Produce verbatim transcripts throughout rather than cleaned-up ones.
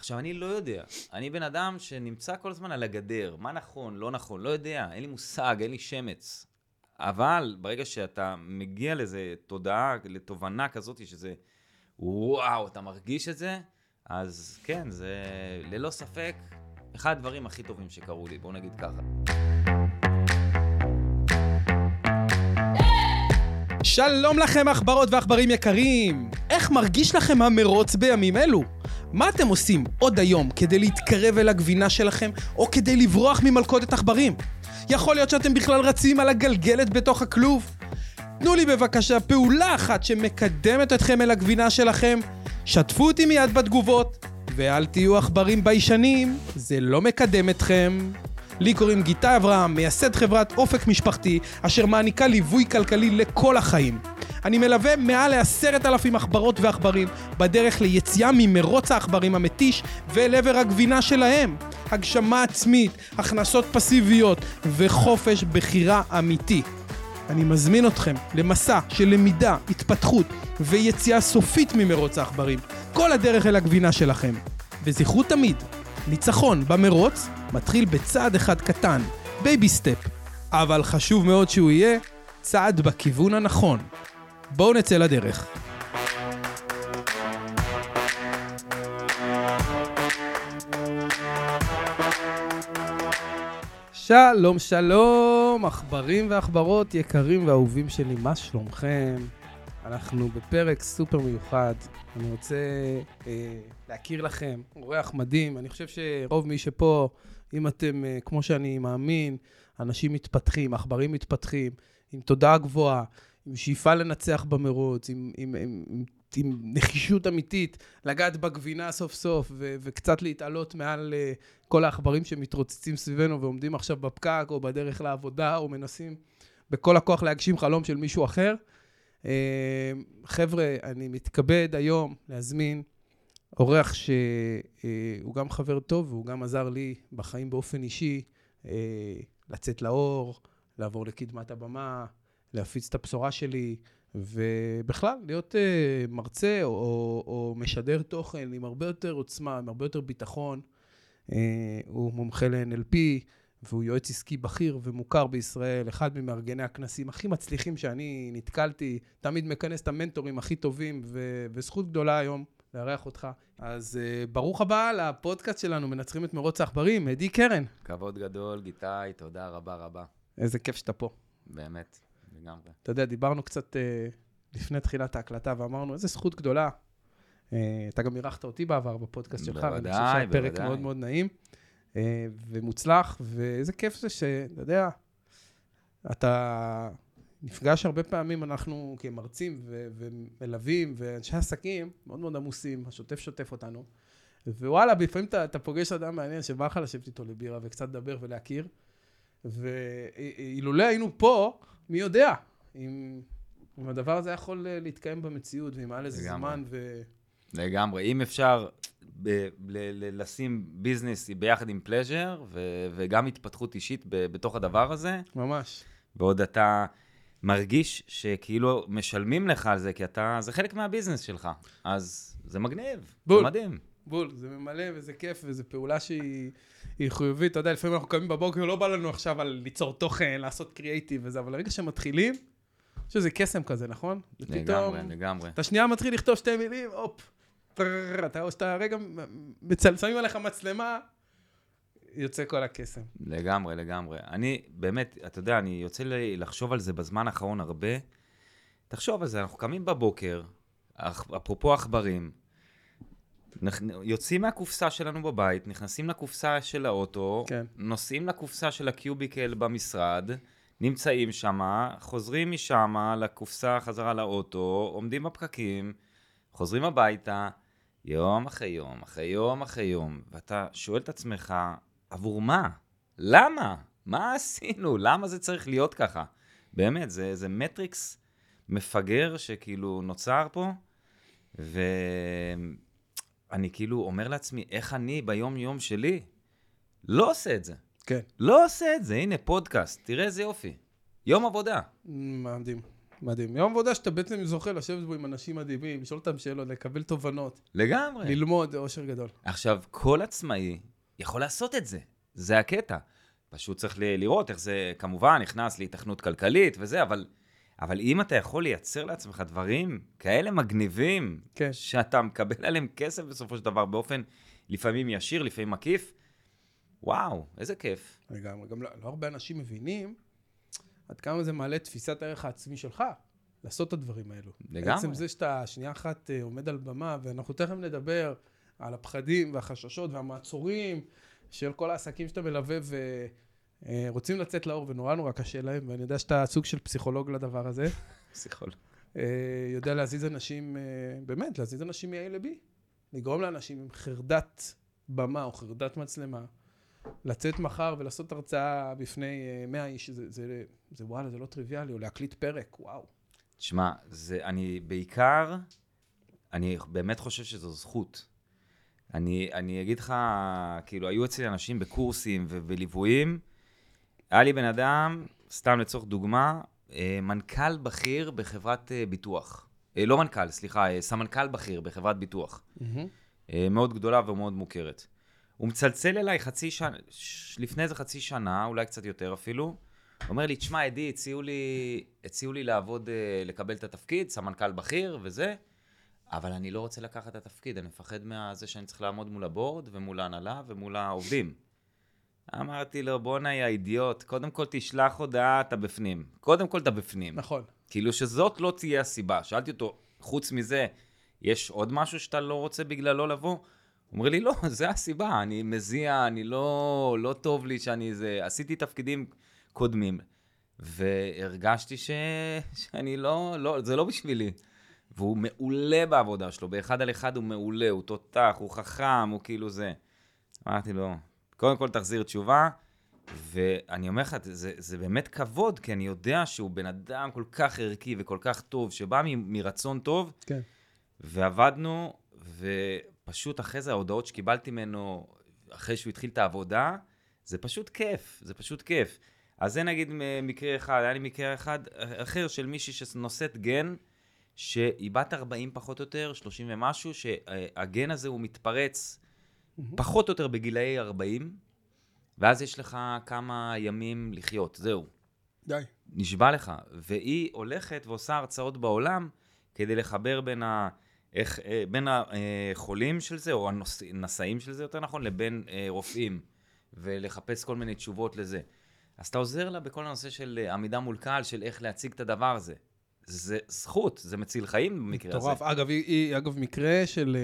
עכשיו, אני לא יודע. אני בן אדם שנמצא כל הזמן על הגדר. מה נכון, לא נכון, לא יודע. אין לי מושג, אין לי שמץ. אבל ברגע שאתה מגיע לזה תודעה, לתובנה כזאת, שזה וואו, אתה מרגיש את זה, אז כן, זה ללא ספק אחד הדברים הכי טובים שקרו לי. בואו נגיד ככה. שלום לכם אכברות ואכברים יקרים. איך מרגיש לכם המרוץ בימים אלו? מה אתם עושים עוד היום כדי להתקרב אל הגבינה שלכם או כדי לברוח ממלכודת עכברים? יכול להיות שאתם בכלל רצים על הגלגלת בתוך הכלוב? תנו לי בבקשה פעולה אחת שמקדמת אתכם אל הגבינה שלכם. שתפו אותי מיד בתגובות, ואל תהיו עכברים ביישנים, זה לא מקדם אתכם. לי קוראים גיטאי אברהם, מייסד חברת אופק משפחתי, אשר מעניקה ליווי כלכלי לכל החיים. אני מלווה מעל לעשרת אלפים עכברות ועכברים בדרך ליציאה ממרוץ העכברים המתיש ואל עבר הגבינה שלהם. הגשמה עצמית, הכנסות פסיביות וחופש בחירה אמיתי. אני מזמין אתכם למסע של למידה, התפתחות ויציאה סופית ממרוץ העכברים. כל הדרך אל הגבינה שלכם. וזכרו תמיד, ניצחון במרוץ מתחיל בצעד אחד קטן, בייבי סטפ. אבל חשוב מאוד שהוא יהיה צעד בכיוון הנכון. בואו נצא לדרך. שלום שלום, עכברים ועכברות יקרים ואהובים שלי, מה שלומכם? אנחנו בפרק סופר מיוחד. אני רוצה אה, להכיר לכם, אורח מדהים. אני חושב שרוב מי שפה, אם אתם, אה, כמו שאני מאמין, אנשים מתפתחים, עכברים מתפתחים, עם תודעה גבוהה, עם שאיפה לנצח במרוץ, עם, עם, עם, עם, עם נחישות אמיתית, לגעת בגבינה סוף סוף, ו- וקצת להתעלות מעל uh, כל העכברים שמתרוצצים סביבנו, ועומדים עכשיו בפקק, או בדרך לעבודה, או מנסים בכל הכוח להגשים חלום של מישהו אחר. Uh, חבר'ה, אני מתכבד היום להזמין אורח שהוא גם חבר טוב, והוא גם עזר לי בחיים באופן אישי, uh, לצאת לאור, לעבור לקדמת הבמה, להפיץ את הבשורה שלי, ובכלל, להיות uh, מרצה או, או, או משדר תוכן עם הרבה יותר עוצמה, עם הרבה יותר ביטחון. Uh, הוא מומחה ל-אן אל פי, והוא יועץ עסקי בכיר ומוכר בישראל, אחד ממארגני הכנסים הכי מצליחים שאני נתקלתי, תמיד מכנס את המנטורים הכי טובים, ו- וזכות גדולה היום לארח אותך. אז uh, ברוך הבא לפודקאסט שלנו, מנצחים את מרוץ העכברים, עדי קרן. כבוד גדול, גיטאי, תודה רבה רבה. איזה כיף שאתה פה. באמת, לגמרי. אתה יודע, דיברנו קצת uh, לפני תחילת ההקלטה, ואמרנו, איזה זכות גדולה. Uh, אתה גם אירחת אותי בעבר בפודקאסט שלך, בוודאי, ואני חושב שהיה פרק בוודאי. מאוד מאוד נעים, uh, ומוצלח, ואיזה כיף זה שאתה יודע, אתה נפגש הרבה פעמים, אנחנו כמרצים ו- ומלווים, ואנשי עסקים מאוד מאוד עמוסים, השוטף שוטף אותנו, ווואלה, לפעמים אתה, אתה פוגש אדם מעניין שבא לך לשבת איתו לבירה, וקצת לדבר ולהכיר, ואילולא היינו פה, מי יודע, אם, אם הדבר הזה יכול להתקיים במציאות, ואם היה לזה זמן ו... לגמרי, אם אפשר ב- ל- ל- לשים ביזנס ביחד עם פלז'ר, ו- וגם התפתחות אישית ב- בתוך הדבר הזה. ממש. ועוד אתה מרגיש שכאילו משלמים לך על זה, כי אתה, זה חלק מהביזנס שלך. אז זה מגניב, בול. זה מדהים. בול, זה ממלא וזה כיף, וזו פעולה שהיא היא חיובית. אתה יודע, לפעמים אנחנו קמים בבוקר, לא בא לנו עכשיו על ליצור תוכן, לעשות קריאייטיב וזה, אבל הרגע שמתחילים, אני חושב שזה קסם כזה, נכון? לגמרי, לגמרי. אתה שנייה מתחיל לכתוב שתי מילים, הופ, טררר, אתה, או שאתה רגע מצל, שמים עליך מצלמה, יוצא כל הקסם. לגמרי, לגמרי. אני באמת, אתה יודע, אני יוצא לי לחשוב על זה בזמן האחרון הרבה. תחשוב על זה, אנחנו קמים בבוקר, אפרופו עכברים, יוצאים מהקופסה שלנו בבית, נכנסים לקופסה של האוטו, כן. נוסעים לקופסה של הקיוביקל במשרד, נמצאים שם, חוזרים משם לקופסה חזרה לאוטו, עומדים בפקקים, חוזרים הביתה, יום אחרי יום, אחרי יום אחרי יום, ואתה שואל את עצמך, עבור מה? למה? מה עשינו? למה זה צריך להיות ככה? באמת, זה, זה מטריקס מפגר שכאילו נוצר פה, ואני כאילו אומר לעצמי, איך אני ביום יום שלי לא עושה את זה? כן. לא עושה את זה, הנה פודקאסט, תראה איזה יופי. יום עבודה. מדהים. מדהים. יום עבודה שאתה בעצם זוכה לשבת בו עם אנשים מדהימים, לשאול אותם שאלות, לקבל תובנות. לגמרי. ללמוד, זה אושר גדול. עכשיו, כל עצמאי יכול לעשות את זה. זה הקטע. פשוט צריך ל- לראות איך זה, כמובן, נכנס להתכנות כלכלית וזה, אבל, אבל אם אתה יכול לייצר לעצמך דברים כאלה מגניבים, כן. שאתה מקבל עליהם כסף בסופו של דבר, באופן לפעמים ישיר, לפעמים מקיף, וואו, איזה כיף. לגמרי. גם לא, לא הרבה אנשים מבינים עד כמה זה מעלה תפיסת הערך העצמי שלך, לעשות את הדברים האלו. לגמרי. בעצם זה שאתה שנייה אחת אה, עומד על במה, ואנחנו תכף נדבר על הפחדים והחששות והמעצורים של כל העסקים שאתה מלווה ורוצים לצאת לאור, ונורא נורא קשה להם, ואני יודע שאתה סוג של פסיכולוג לדבר הזה. פסיכולוג. אה, יודע להזיז אנשים, אה, באמת, להזיז אנשים מ-A ל-B. לגרום לאנשים עם חרדת במה או חרדת מצלמה, לצאת מחר ולעשות הרצאה בפני מאה איש, זה, זה, זה וואלה, זה לא טריוויאלי, או להקליט פרק, וואו. תשמע, זה, אני בעיקר, אני באמת חושב שזו זכות. אני, אני אגיד לך, כאילו, היו אצלי אנשים בקורסים ובליוויים, היה לי בן אדם, סתם לצורך דוגמה, מנכ"ל בכיר בחברת ביטוח. לא מנכ"ל, סליחה, סמנכ"ל בכיר בחברת ביטוח. Mm-hmm. מאוד גדולה ומאוד מוכרת. הוא מצלצל אליי חצי שנה, לפני איזה חצי שנה, אולי קצת יותר אפילו, הוא אומר לי, תשמע, עדי, הציעו לי, הציעו לי לעבוד, לקבל את התפקיד, סמנכ"ל בכיר וזה, אבל אני לא רוצה לקחת את התפקיד, אני מפחד מזה שאני צריך לעמוד מול הבורד ומול ההנהלה ומול העובדים. אמרתי לו, בוא נהיה אידיוט, קודם כל תשלח הודעה, אתה בפנים. קודם כל אתה בפנים. נכון. כאילו שזאת לא תהיה הסיבה. שאלתי אותו, חוץ מזה, יש עוד משהו שאתה לא רוצה בגלל לא לבוא? הוא אומר לי, לא, זה הסיבה, אני מזיע, אני לא, לא טוב לי שאני זה, עשיתי תפקידים קודמים, והרגשתי ש... שאני לא, לא, זה לא בשבילי. והוא מעולה בעבודה שלו, באחד על אחד הוא מעולה, הוא תותח, הוא חכם, הוא כאילו זה. אמרתי לו, קודם כל תחזיר תשובה, ואני אומר לך, זה, זה באמת כבוד, כי אני יודע שהוא בן אדם כל כך ערכי וכל כך טוב, שבא מ, מרצון טוב, כן. ועבדנו, ופשוט אחרי זה ההודעות שקיבלתי ממנו, אחרי שהוא התחיל את העבודה, זה פשוט כיף, זה פשוט כיף. אז זה נגיד מקרה אחד, היה לי מקרה אחד אחר של מישהי שנושאת גן, שהיא בת ארבעים פחות או יותר, שלושים ומשהו, שהגן הזה הוא מתפרץ פחות או יותר בגילאי ארבעים, ואז יש לך כמה ימים לחיות, זהו. די. נשבע לך. והיא הולכת ועושה הרצאות בעולם, כדי לחבר בין, ה, איך, בין החולים של זה, או הנשאים של זה יותר נכון, לבין רופאים, ולחפש כל מיני תשובות לזה. אז אתה עוזר לה בכל הנושא של עמידה מול קהל, של איך להציג את הדבר הזה. זה זכות, זה מציל חיים במקרה הזה. טורף. אגב, היא, היא, אגב, מקרה של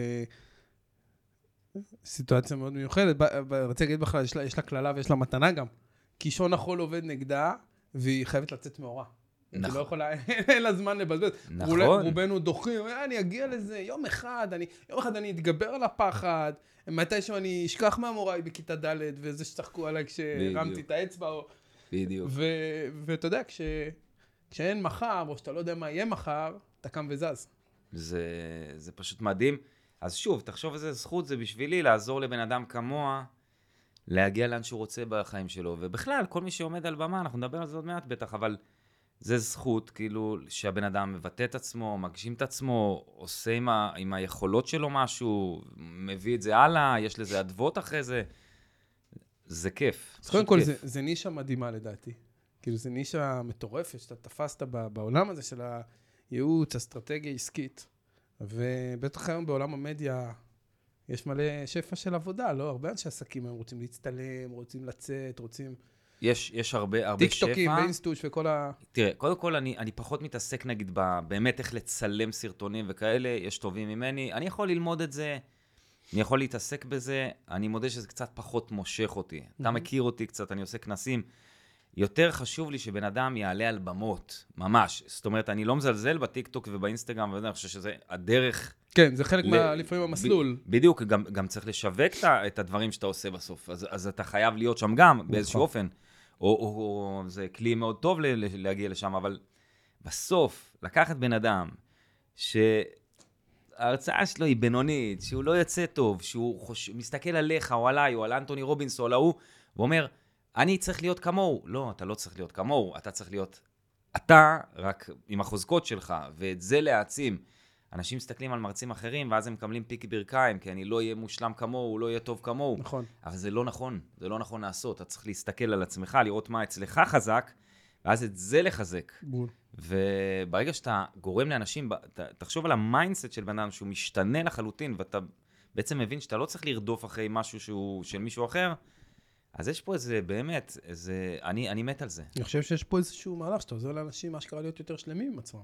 סיטואציה מאוד מיוחדת. רציתי להגיד בכלל, יש לה, יש לה כללה ויש לה מתנה גם. כי שעון החול עובד נגדה, והיא חייבת לצאת מאורה. נכון. היא לא יכולה, אין לה זמן לבזבז. נכון. רובנו דוחים, אני אגיע לזה יום אחד, אני, יום אחד אני אתגבר על הפחד, מתי שאני אשכח מהמורה בכיתה ד' וזה שצחקו עליי כשרמתי את האצבע. בדיוק. ואתה יודע, כש... כשאין מחר, או שאתה לא יודע מה יהיה מחר, אתה קם וזז. זה, זה פשוט מדהים. אז שוב, תחשוב איזה זכות זה בשבילי לעזור לבן אדם כמוה, להגיע לאן שהוא רוצה בחיים שלו. ובכלל, כל מי שעומד על במה, אנחנו נדבר על זה עוד מעט בטח, אבל זה זכות, כאילו, שהבן אדם מבטא את עצמו, מגשים את עצמו, עושה עם, ה, עם היכולות שלו משהו, מביא את זה הלאה, יש לזה עדבות אחרי זה. זה כיף. אז קודם כל, זה, זה נישה מדהימה לדעתי. כאילו, זה נישה מטורפת שאתה תפסת בעולם הזה של הייעוץ, אסטרטגיה עסקית. ובטח היום בעולם המדיה יש מלא שפע של עבודה, לא? הרבה אנשי עסקים הם רוצים להצטלם, רוצים לצאת, רוצים... יש, יש הרבה, הרבה שפע. טיקטוקים, באינסטוש וכל ה... תראה, קודם כל אני, אני פחות מתעסק נגיד באמת איך לצלם סרטונים וכאלה, יש טובים ממני. אני יכול ללמוד את זה, אני יכול להתעסק בזה, אני מודה שזה קצת פחות מושך אותי. Mm-hmm. אתה מכיר אותי קצת, אני עושה כנסים. יותר חשוב לי שבן אדם יעלה על במות, ממש. זאת אומרת, אני לא מזלזל בטיקטוק ובאינסטגרם, ואני חושב שזה הדרך... כן, זה חלק ל... מה, לפעמים המסלול. ב... בדיוק, גם, גם צריך לשווק את הדברים שאתה עושה בסוף. אז, אז אתה חייב להיות שם גם, באיזשהו אופן. או, או, או זה כלי מאוד טוב ל, להגיע לשם, אבל בסוף, לקחת בן אדם, שההרצאה שלו היא בינונית, שהוא לא יוצא טוב, שהוא חוש... מסתכל עליך, או עליי, או על אנטוני רובינס, או על ההוא, ואומר, אני צריך להיות כמוהו. לא, אתה לא צריך להיות כמוהו, אתה צריך להיות אתה רק עם החוזקות שלך, ואת זה להעצים. אנשים מסתכלים על מרצים אחרים, ואז הם מקבלים פיק ברכיים, כי אני לא אהיה מושלם כמוהו, הוא לא יהיה טוב כמוהו. נכון. אבל זה לא נכון, זה לא נכון לעשות. אתה צריך להסתכל על עצמך, לראות מה אצלך חזק, ואז את זה לחזק. בול. וברגע שאתה גורם לאנשים, תחשוב על המיינדסט של בן אדם, שהוא משתנה לחלוטין, ואתה בעצם מבין שאתה לא צריך לרדוף אחרי משהו שהוא של מישהו אחר, אז יש פה איזה, באמת, איזה, אני, אני מת על זה. אני חושב שיש פה איזשהו מהלך שאתה עוזר לאנשים, מה שקרה להיות יותר שלמים עם עצמם.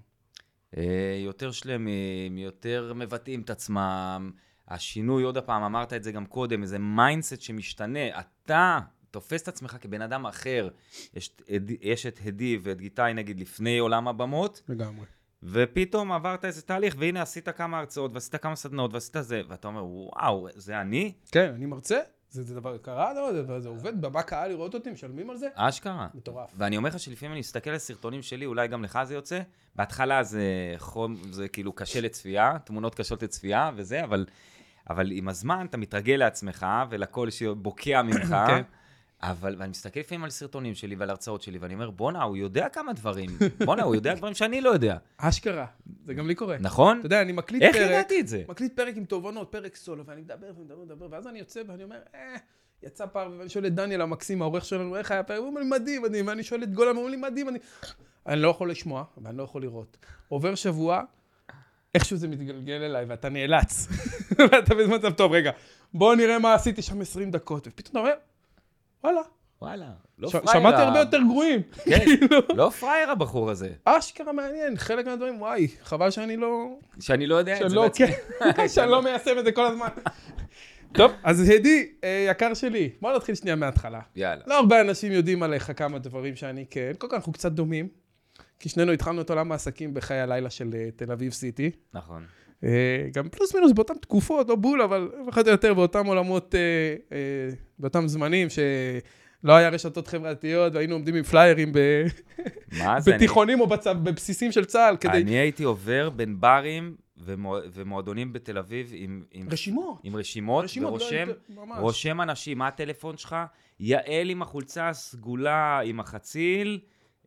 יותר שלמים, יותר מבטאים את עצמם, השינוי, עוד הפעם, אמרת את זה גם קודם, איזה מיינדסט שמשתנה, אתה תופס את עצמך כבן אדם אחר, יש, יש את הדי ואת גיטאי נגיד לפני עולם הבמות, לגמרי. ופתאום עברת איזה תהליך, והנה עשית כמה הרצאות, ועשית כמה סדנות, ועשית זה, ואתה אומר, וואו, זה אני? כן, אני מרצה, זה, זה דבר קרה, לא, זה עובד, במה קהל לראות אותי, משלמים על זה? אשכרה. מטורף. ואני אומר לך שלפעמים אני מסתכל על סרטונים שלי, אולי גם לך זה יוצא, בהתחלה זה חום, זה כאילו קשה לצפייה, תמונות קשות לצפייה וזה, אבל, אבל עם הזמן אתה מתרגל לעצמך, ולכל שבוקע ממך, כן. אבל, ואני מסתכל לפעמים על סרטונים שלי ועל הרצאות שלי, ואני אומר, בונה, הוא יודע כמה דברים, בונה, הוא יודע דברים שאני לא יודע. אשכרה, זה גם לי קורה. נכון? אתה יודע, אני מקליט איך פרק, ידעתי את זה? מקליט פרק עם תובנות, פרק סולו, ואני מדבר ומדבר ומדבר, ואז אני יוצא ואני אומר, אה, יצא פעם, ואני שואל את דניאל המקסים, העורך שלנו, איך היה פרק? הוא אומר לי, מדהים, מדהים, ואני שואל את גולן, הוא אומר לי, מדהים, מדהים. אני לא יכול לשמוע, ואני לא יכול לראות. עובר שבוע, איכשהו זה מתגלגל אליי, ואתה נאלץ. ואתה במצב טוב, רגע, בוא נראה מה עשיתי שם עשרים דקות, ופתאום אתה אומר, וואלה. וואלה, לא ש- פרייר. שמעתי הרבה יותר גרועים. כן, לא פרייר הבחור הזה. אשכרה מעניין, חלק מהדברים, וואי, חבל שאני לא... שאני לא יודע את זה שלא, בעצמי. כן, שאני לא מיישם את זה כל הזמן. טוב, אז הדי, אה, יקר שלי, בוא נתחיל שנייה מההתחלה. יאללה. לא הרבה אנשים יודעים עליך כמה דברים שאני כן. כל כך אנחנו קצת דומים, כי שנינו התחלנו את עולם העסקים בחיי הלילה של אה, תל אביב סיטי. נכון. אה, גם פלוס מינוס באותן תקופות, לא בול, אבל פחות או יותר באותם עולמות, אה, אה, באותם זמנים שלא היה רשתות חברתיות, והיינו עומדים עם פליירים ב... מה זה? בתיכונים או בצ... בבסיסים של צה"ל, כדי... אני הייתי עובר בין ברים ומו... ומועדונים בתל אביב עם... עם... רשימות. עם רשימות, רשימות, ורושם, לא, ממש. רושם אנשים, מה הטלפון שלך? יעל עם החולצה הסגולה, עם החציל,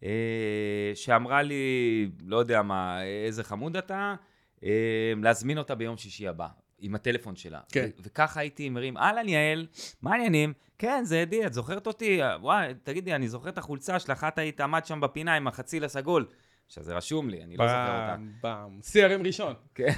אה, שאמרה לי, לא יודע מה, איזה חמוד אתה, אה, להזמין אותה ביום שישי הבא, עם הטלפון שלה. כן. ו- וככה הייתי מרים, אהלן יעל, מה העניינים? כן, זה עדי, את זוכרת אותי? וואי, תגידי, אני זוכר את החולצה שלך, את היית עמד שם בפינה עם החציל הסגול. שזה רשום לי, אני לא זוכר אותה. פעם, סי אר אם ראשון. כן.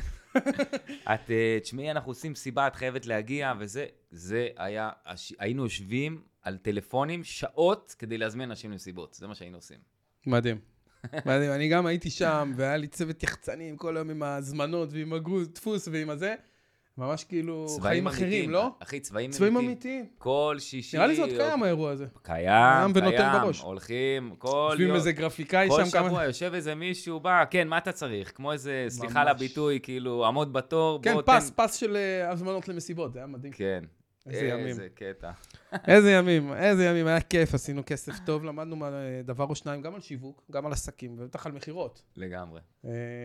את, תשמעי, אנחנו עושים סיבה, את חייבת להגיע, וזה, זה היה, היינו יושבים על טלפונים שעות כדי להזמין אנשים למסיבות. זה מה שהיינו עושים. מדהים. מדהים, אני גם הייתי שם, והיה לי צוות יחצנים כל היום עם הזמנות ועם הגוז, דפוס ועם הזה. ממש כאילו חיים אחרים, לא? אחי, צבעים צבעים אמיתיים. אמיתיים. כל שישי. נראה לי זה עוד קיים האירוע הזה. קיים, ונותן קיים, בראש. הולכים, כל יושבים יום. איזה גרפיקאי כל שם כמה... שבוע יושב איזה מישהו, בא, כן, מה אתה צריך? כמו איזה, סליחה ממש. לביטוי, כאילו, עמוד בתור, כן, בוא פס, תן... פס של אה, הזמנות למסיבות, זה היה מדהים. כן. איזה ימים. איזה קטע. איזה ימים, איזה ימים, היה כיף, עשינו כסף טוב, למדנו מה- דבר או שניים, גם על שיווק, גם על עסקים, ובטח על מחירות. לגמרי. אה,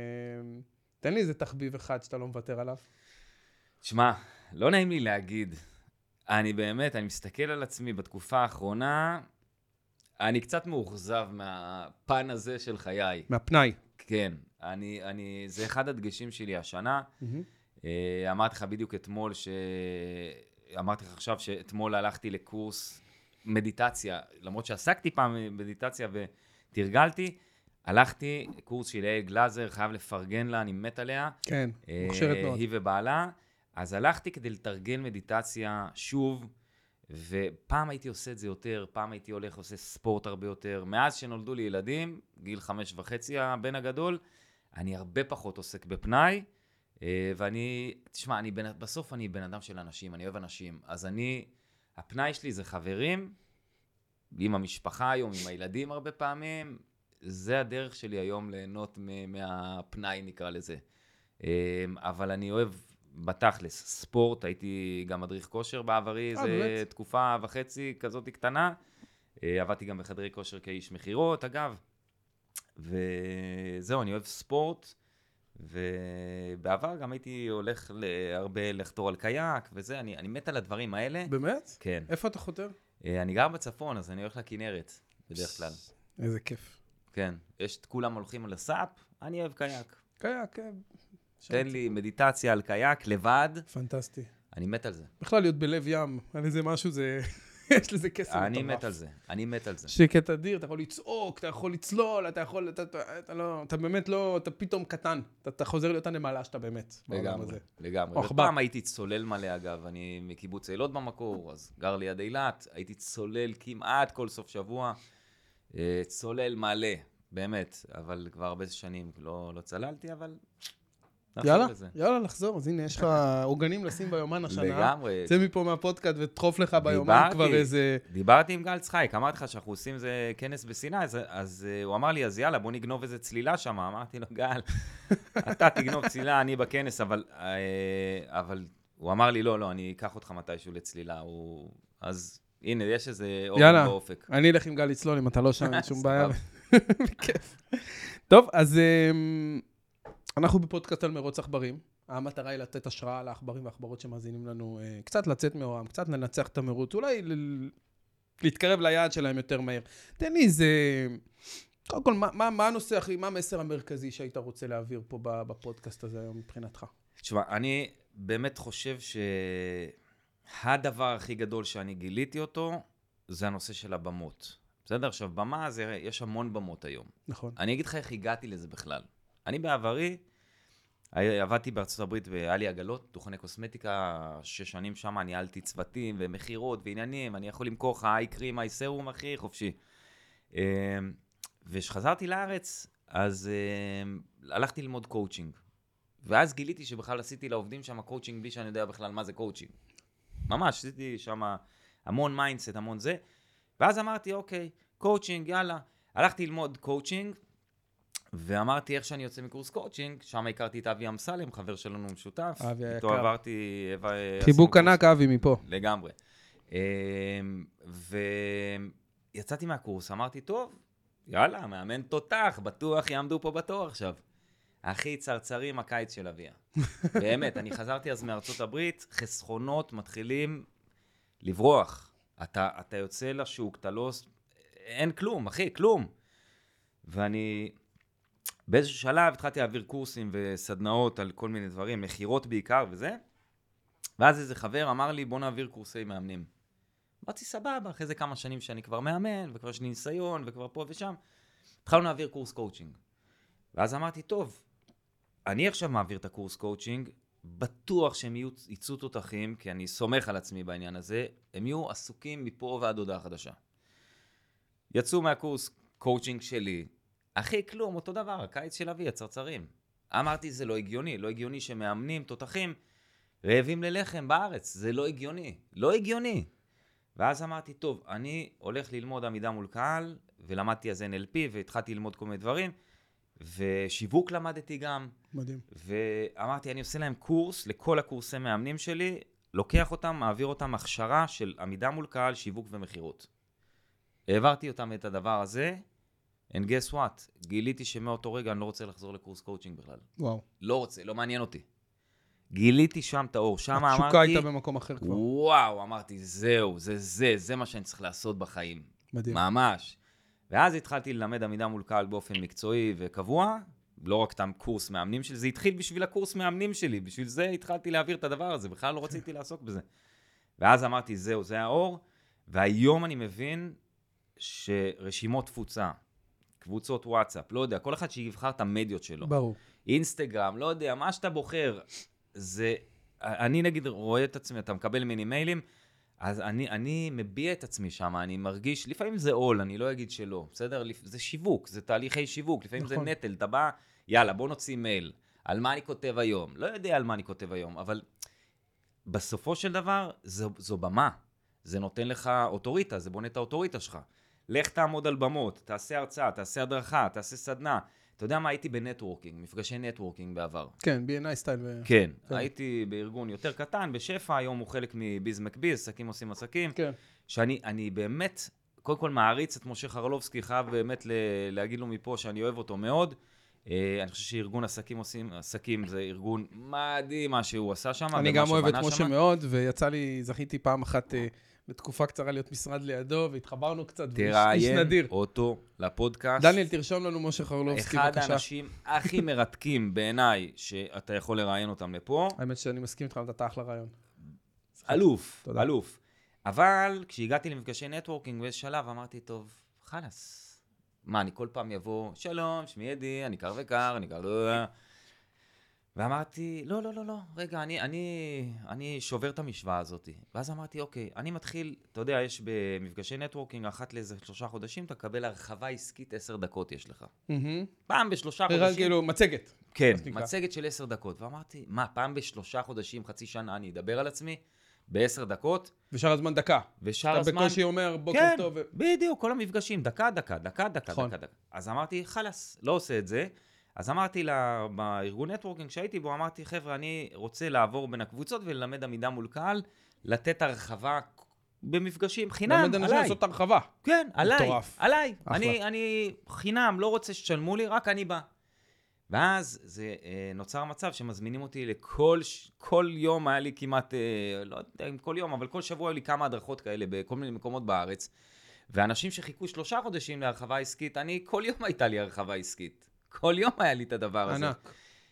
תן לי איזה תחביב אחד שאתה לא מוותר עליו. שמע, לא נעים לי להגיד. אני באמת, אני מסתכל על עצמי בתקופה האחרונה, אני קצת מאוכזב מהפן הזה של חיי. מהפנאי. כן, אני, אני, זה אחד הדגשים שלי השנה. אה, אמרתי לך בדיוק אתמול ש... אמרתי לך עכשיו שאתמול הלכתי לקורס מדיטציה, למרות שעסקתי פעם במדיטציה ותרגלתי, הלכתי קורס של יעל גלזר, חייב לפרגן לה, אני מת עליה. כן, אה, מוכשרת מאוד. היא ובעלה. אז הלכתי כדי לתרגל מדיטציה שוב, ופעם הייתי עושה את זה יותר, פעם הייתי הולך עושה ספורט הרבה יותר. מאז שנולדו לי ילדים, גיל חמש וחצי הבן הגדול, אני הרבה פחות עוסק בפנאי, ואני, תשמע, אני בן, בסוף אני בן אדם של אנשים, אני אוהב אנשים, אז אני, הפנאי שלי זה חברים, עם המשפחה היום, עם הילדים הרבה פעמים, זה הדרך שלי היום ליהנות מהפנאי נקרא לזה. אבל אני אוהב בתכלס, ספורט, הייתי גם מדריך כושר בעברי, זה תקופה וחצי כזאת קטנה, עבדתי גם בחדרי כושר כאיש מחירות, אגב, וזהו, אני אוהב ספורט, ובעבר גם הייתי הולך הרבה לחתור על קייק, וזה, אני, אני מת על הדברים האלה. באמת? כן. איפה אתה חותר? אני גר בצפון, אז אני הולך לכנרת, בדרך כלל. איזה כיף. כן. יש את כולם הולכים על הסאפ, אני אוהב קייק. קייק, כן. תן לי מדיטציה על קייק, לבד. פנטסטי. אני מת על זה. בכלל להיות בלב ים, על איזה משהו זה... יש לזה קסם. אני מת על זה, אני מת על זה. שקט אדיר, אתה יכול לצעוק, אתה יכול לצלול, אתה יכול... אתה, אתה, אתה, לא, אתה באמת לא... אתה פתאום קטן. אתה, אתה חוזר להיות הנמלה שאתה באמת. לגמרי, לגמרי. ופעם הייתי צולל מלא, אגב. אני מקיבוץ אילות במקור, אז גר ליד אילת. הייתי צולל כמעט כל סוף שבוע. צולל מלא, באמת. אבל כבר הרבה שנים לא, לא צללתי, אבל... יאללה, יאללה, לחזור. אז הנה, יש לך עוגנים לשים ביומן השנה. לגמרי. צא מפה מהפודקאסט ותדחוף לך ביומן כבר איזה... דיברתי עם גל צחייק, אמרתי לך שאנחנו עושים איזה כנס בסיני, אז, אז הוא אמר לי, אז יאללה, בוא נגנוב איזה צלילה שם. אמרתי לו, גל, אתה תגנוב צלילה, אני בכנס, אבל, אבל הוא אמר לי, לא, לא, אני אקח אותך מתישהו לצלילה. הוא... אז הנה, יש איזה אופק באופק. אני אלך עם גל לצלול, אם אתה לא שם, אין שום בעיה. בכיף. טוב, אז... אנחנו בפודקאסט על מרוץ עכברים. המטרה היא לתת השראה לעכברים והעכברות שמאזינים לנו, קצת לצאת מהורם, קצת לנצח את המרוץ, אולי להתקרב ליעד שלהם יותר מהר. תן לי איזה... קודם כל, מה, מה, מה הנושא הכי, מה המסר המרכזי שהיית רוצה להעביר פה בפודקאסט הזה היום מבחינתך? תשמע, אני באמת חושב שהדבר הכי גדול שאני גיליתי אותו, זה הנושא של הבמות. בסדר? עכשיו, במה זה, יש המון במות היום. נכון. אני אגיד לך איך הגעתי לזה בכלל. אני בעברי, עבדתי בארצות הברית והיה לי עגלות, דוכני קוסמטיקה, שש שנים שם, ניהלתי צוותים ומחירות ועניינים, אני יכול למכור לך איי קרים, איי סרום, אחי, חופשי. וכשחזרתי לארץ, אז הלכתי ללמוד קואוצ'ינג. ואז גיליתי שבכלל עשיתי לעובדים שם קואוצ'ינג בלי שאני יודע בכלל מה זה קואוצ'ינג. ממש, עשיתי שם המון מיינדסט, המון זה. ואז אמרתי, אוקיי, קואוצ'ינג, יאללה. הלכתי ללמוד קואוצ'ינג, ואמרתי איך שאני יוצא מקורס קואוצ'ינג, שם הכרתי את אבי אמסלם, חבר שלנו משותף. אבי היקר. איתו עברתי... חיבוק ענק אבי מפה. לגמרי. ויצאתי מהקורס, אמרתי, טוב, יאללה, מאמן תותח, בטוח יעמדו פה בתואר עכשיו. הכי צרצרים הקיץ של אביה. באמת, אני חזרתי אז מארצות הברית, חסכונות מתחילים לברוח. אתה, אתה יוצא לשוק, אתה לא... אין כלום, אחי, כלום. ואני... באיזשהו שלב התחלתי להעביר קורסים וסדנאות על כל מיני דברים, מחירות בעיקר וזה. ואז איזה חבר אמר לי, בוא נעביר קורסי מאמנים. אמרתי, סבבה, אחרי זה כמה שנים שאני כבר מאמן, וכבר יש לי ניסיון, וכבר פה ושם. התחלנו להעביר קורס קואוצ'ינג. ואז אמרתי, טוב, אני עכשיו מעביר את הקורס קואוצ'ינג, בטוח שהם יהיו יצאו תותחים, כי אני סומך על עצמי בעניין הזה, הם יהיו עסוקים מפה ועד הודעה חדשה. יצאו מהקורס קואוצ'ינג שלי, אחי, כלום, אותו דבר, הקיץ של אבי, הצרצרים. אמרתי, זה לא הגיוני, לא הגיוני שמאמנים, תותחים, רעבים ללחם בארץ, זה לא הגיוני, לא הגיוני. ואז אמרתי, טוב, אני הולך ללמוד עמידה מול קהל, ולמדתי אז אן אל פי, והתחלתי ללמוד כל מיני דברים, ושיווק למדתי גם. מדהים. ואמרתי, אני עושה להם קורס, לכל הקורסי מאמנים שלי, לוקח אותם, מעביר אותם הכשרה של עמידה מול קהל, שיווק ומחירות. העברתי אותם את הדבר הזה, and guess what? גיליתי שמאותו רגע אני לא רוצה לחזור לקורס קואוצ'ינג בכלל. וואו. לא רוצה, לא מעניין אותי. גיליתי שם את האור, שם אמרתי... התשוקה הייתה במקום אחר כבר. וואו, אמרתי, זהו, זה זה, זה מה שאני צריך לעשות בחיים. מדהים. ממש. ואז התחלתי ללמד עמידה מול קהל באופן מקצועי וקבוע, לא רק תם קורס מאמנים שלי, זה התחיל בשביל הקורס מאמנים שלי, בשביל זה התחלתי להעביר את הדבר הזה, בכלל לא רציתי לעסוק בזה. ואז אמרתי, זהו, זה האור, והיום אני מבין שרשימות תפוצה, קבוצות וואטסאפ, לא יודע, כל אחד שיבחר את המדיות שלו. ברור. אינסטגרם, לא יודע, מה שאתה בוחר, זה, אני נגיד רואה את עצמי, אתה מקבל מיני מיילים, אז אני, אני מביע את עצמי שם, אני מרגיש, לפעמים זה עול, אני לא אגיד שלא, בסדר? זה שיווק, זה תהליכי שיווק, לפעמים נכון. זה נטל, אתה בא, יאללה, בוא נוציא מייל, על מה אני כותב היום, לא יודע על מה אני כותב היום, אבל בסופו של דבר, זו, זו במה, זה נותן לך אוטוריטה, זה בונה את האוטוריטה שלך. לך תעמוד על במות, תעשה הרצאה, תעשה הדרכה, תעשה סדנה. אתה יודע מה? הייתי בנטוורקינג, מפגשי נטוורקינג בעבר. כן, בי אן איי סטייל. ו... כן, כן, הייתי בארגון יותר קטן, בשפע, היום הוא חלק מביז מקביז, עסקים עושים עסקים. כן. שאני אני באמת, קודם כל מעריץ את משה חרלובסקי, חייב באמת ל- להגיד לו מפה שאני אוהב אותו מאוד. אני חושב שארגון עסקים עושים, עסקים זה ארגון מדהים מה שהוא עשה שם. אני גם אוהב את משה מאוד, ויצא לי, זכיתי פעם אחת בתקופה קצרה להיות משרד לידו, והתחברנו קצת, תראיין אותו לפודקאסט. דניאל, תרשום לנו משה חרלובסקי, בבקשה. אחד האנשים הכי מרתקים בעיניי, שאתה יכול לראיין אותם לפה. האמת שאני מסכים איתך, אתה אחלה רעיון. אלוף, אלוף. אבל כשהגעתי למפגשי נטוורקינג באיזה שלב, אמרתי, טוב, חלס. מה, אני כל פעם יבוא, שלום, שמי ידי, אני קר וקר, אני קר... ואמרתי, לא, לא, לא, לא, רגע, אני, אני, אני שובר את המשוואה הזאת. ואז אמרתי, אוקיי, אני מתחיל, אתה יודע, יש במפגשי נטוורקינג, אחת לאיזה שלושה חודשים, אתה קבל הרחבה עסקית, עשר דקות יש לך. פעם בשלושה חודשים... כאילו, מצגת. כן, מצגת של עשר דקות. ואמרתי, מה, פעם בשלושה חודשים, חצי שנה, אני אדבר על עצמי, בעשר דקות. ושאר הזמן דקה. ושאר הזמן... אתה בקושי אומר, בוקר כן, טוב. כן, בדיוק, כל המפגשים, דקה, דקה, דקה, דקה, דקה, דקה. אז אמרתי, חלס, לא עושה את זה. אז אמרתי לה, בארגון נטוורקינג שהייתי בו, אמרתי, חבר'ה, אני רוצה לעבור בין הקבוצות וללמד עמידה מול קהל, לתת הרחבה במפגשים, חינם, עליי. למד אנשים לעשות הרחבה. כן, עליי, עליי. אני, אני חינם, לא רוצה שתשלמו לי, רק אני בא. ואז זה נוצר מצב שמזמינים אותי לכל, כל יום היה לי כמעט, לא יודע אם כל יום, אבל כל שבוע היו לי כמה הדרכות כאלה בכל מיני מקומות בארץ, ואנשים שחיכו שלושה חודשים להרחבה עסקית, אני, כל יום הייתה לי הרחבה עסקית. כל יום היה לי את הדבר הזה. ענק.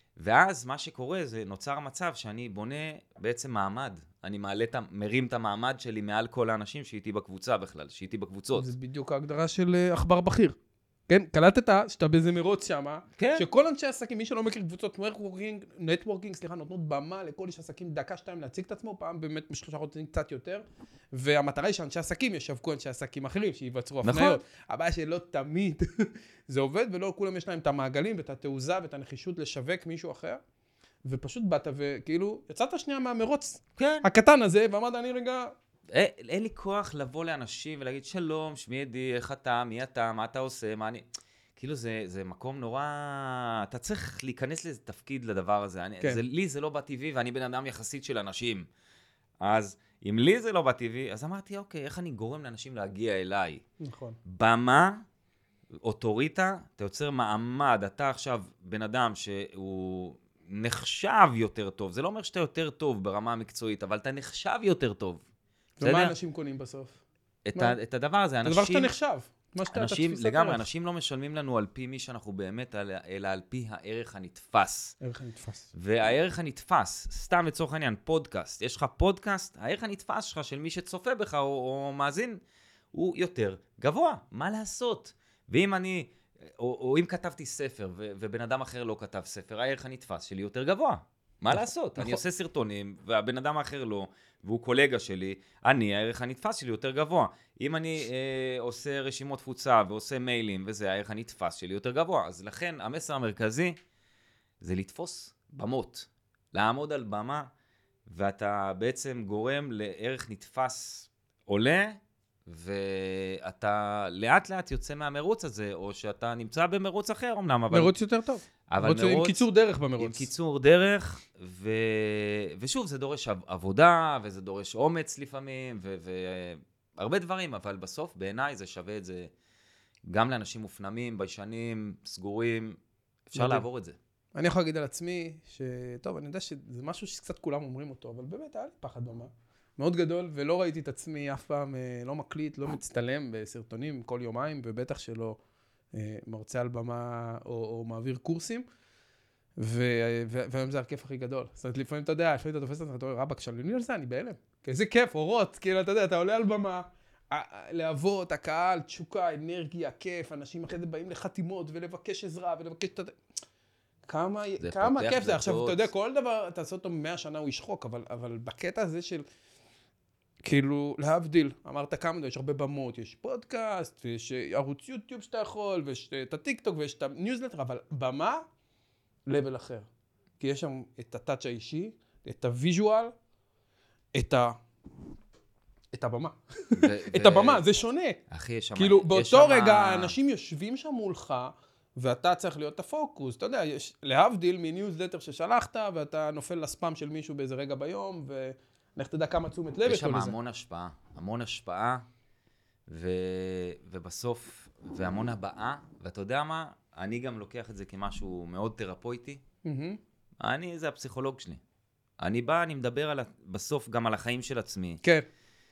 ואז מה שקורה זה נוצר מצב שאני בונה בעצם מעמד. אני מעלה, מרים את המעמד שלי מעל כל האנשים שהייתי בקבוצה בכלל, שהייתי בקבוצות. זה בדיוק ההגדרה של אחבר בכיר. כן, קלטת שאתה באיזה מרוץ שמה, כן. שכל אנשי עסקים, מי שלא מכיר קבוצות נטוורקינג, נטוורקינג, סליחה, נותנות במה לכל איש עסקים דקה שתיים להציג את עצמו, פעם באמת בשלושה חודשים קצת יותר, והמטרה היא שאנשי עסקים ישווקו אנשי עסקים אחרים, שיווצרו הפניות. נכון. הבעיה שלא תמיד זה עובד, ולא כולם יש להם את המעגלים ואת התעוזה ואת הנחישות לשווק מישהו אחר, ופשוט באת וכאילו, יצאת שנייה מהמרוץ כן. הקטן הזה, ואמרת אני רגע... אין לי כוח לבוא לאנשים ולהגיד שלום, שמי ידי, איך אתה, מי אתה, מה אתה עושה, מה אני... כאילו זה, זה מקום נורא... אתה צריך להיכנס לאיזה תפקיד לדבר הזה. אני, כן. זה, לי זה לא בטבעי ואני בן אדם יחסית של אנשים. אז אם לי זה לא בטבעי, אז אמרתי, אוקיי, איך אני גורם לאנשים להגיע אליי? נכון. במה, אוטוריטה, אתה יוצר מעמד, אתה עכשיו בן אדם שהוא נחשב יותר טוב. זה לא אומר שאתה יותר טוב ברמה המקצועית, אבל אתה נחשב יותר טוב. ומה אנשים קונים בסוף? את, ה, את הדבר הזה, אנשים... הדבר שאתה נחשב. אנשים, לגמרי, אנשים לא משלמים לנו על פי מי שאנחנו באמת, אלא על פי הערך הנתפס. הערך הנתפס. והערך הנתפס, סתם לצורך העניין, פודקאסט. יש לך פודקאסט, הערך הנתפס שלך של מי שצופה בך או, או מאזין, הוא יותר גבוה. מה לעשות? ואם אני, או, או אם כתבתי ספר ו, ובן אדם אחר לא כתב ספר, הערך הנתפס שלי יותר גבוה. מה לעשות? אני עושה סרטונים, והבן אדם האחר לא, והוא קולגה שלי, אני, הערך הנתפס שלי יותר גבוה. אם אני אה, עושה רשימות תפוצה ועושה מיילים, וזה, הערך הנתפס שלי יותר גבוה. אז לכן, המסר המרכזי זה לתפוס במות, לעמוד על במה, ואתה בעצם גורם לערך נתפס עולה, ואתה לאט לאט יוצא מהמרוץ הזה, או שאתה נמצא במרוץ אחר אמנם, אבל... מרוץ יותר טוב. אבל מרוץ... עם קיצור דרך במרוץ. עם קיצור דרך, ו... ושוב, זה דורש עבודה, וזה דורש אומץ לפעמים, והרבה דברים, אבל בסוף בעיניי זה שווה את זה גם לאנשים מופנמים, ביישנים, סגורים, אפשר לעבור את זה. אני יכול להגיד על עצמי, שטוב, אני יודע שזה משהו שקצת כולם אומרים אותו, אבל באמת היה לי פחד במה. מאוד גדול, ולא ראיתי את עצמי אף פעם, לא מקליט, לא מצטלם בסרטונים כל יומיים, ובטח שלא מרצה על במה או, או מעביר קורסים, והיום זה הכיף הכי גדול. זאת אומרת, לפעמים אתה יודע, לפעמים אתה תופס את זה, אתה אומר, רבק, שלוני על זה, אני בהלם. כי איזה כיף, אורות, כאילו, אתה יודע, אתה עולה על במה, להבות, הקהל, תשוקה, אנרגיה, כיף, אנשים אחרי זה באים לחתימות ולבקש עזרה ולבקש את... כמה, כמה כיף זה. עכשיו, אתה יודע, כל דבר, אתה עושה אותו מאה שנה, הוא ישחוק, אבל, אבל בקטע הזה של... כאילו, להבדיל, אמרת כמה, יש הרבה במות, יש פודקאסט, ויש ערוץ יוטיוב שאתה יכול, ויש את הטיקטוק, ויש את הניוזלטר, אבל במה, לבל אחר. כי יש שם את הטאץ' האישי, את הוויז'ואל, את ה... את הבמה. את הבמה, זה שונה. אחי, יש שם... כאילו, באותו רגע, האנשים יושבים שם מולך, ואתה צריך להיות הפוקוס. אתה יודע, יש להבדיל מניוזלטר ששלחת, ואתה נופל לספאם של מישהו באיזה רגע ביום, ו... לך תדע כמה תשומת לב יש שם המון השפעה, המון השפעה, ו... ובסוף, והמון הבאה, ואתה יודע מה? אני גם לוקח את זה כמשהו מאוד תרפויטי. Mm-hmm. אני, זה הפסיכולוג שלי. אני בא, אני מדבר על, בסוף גם על החיים של עצמי. כן.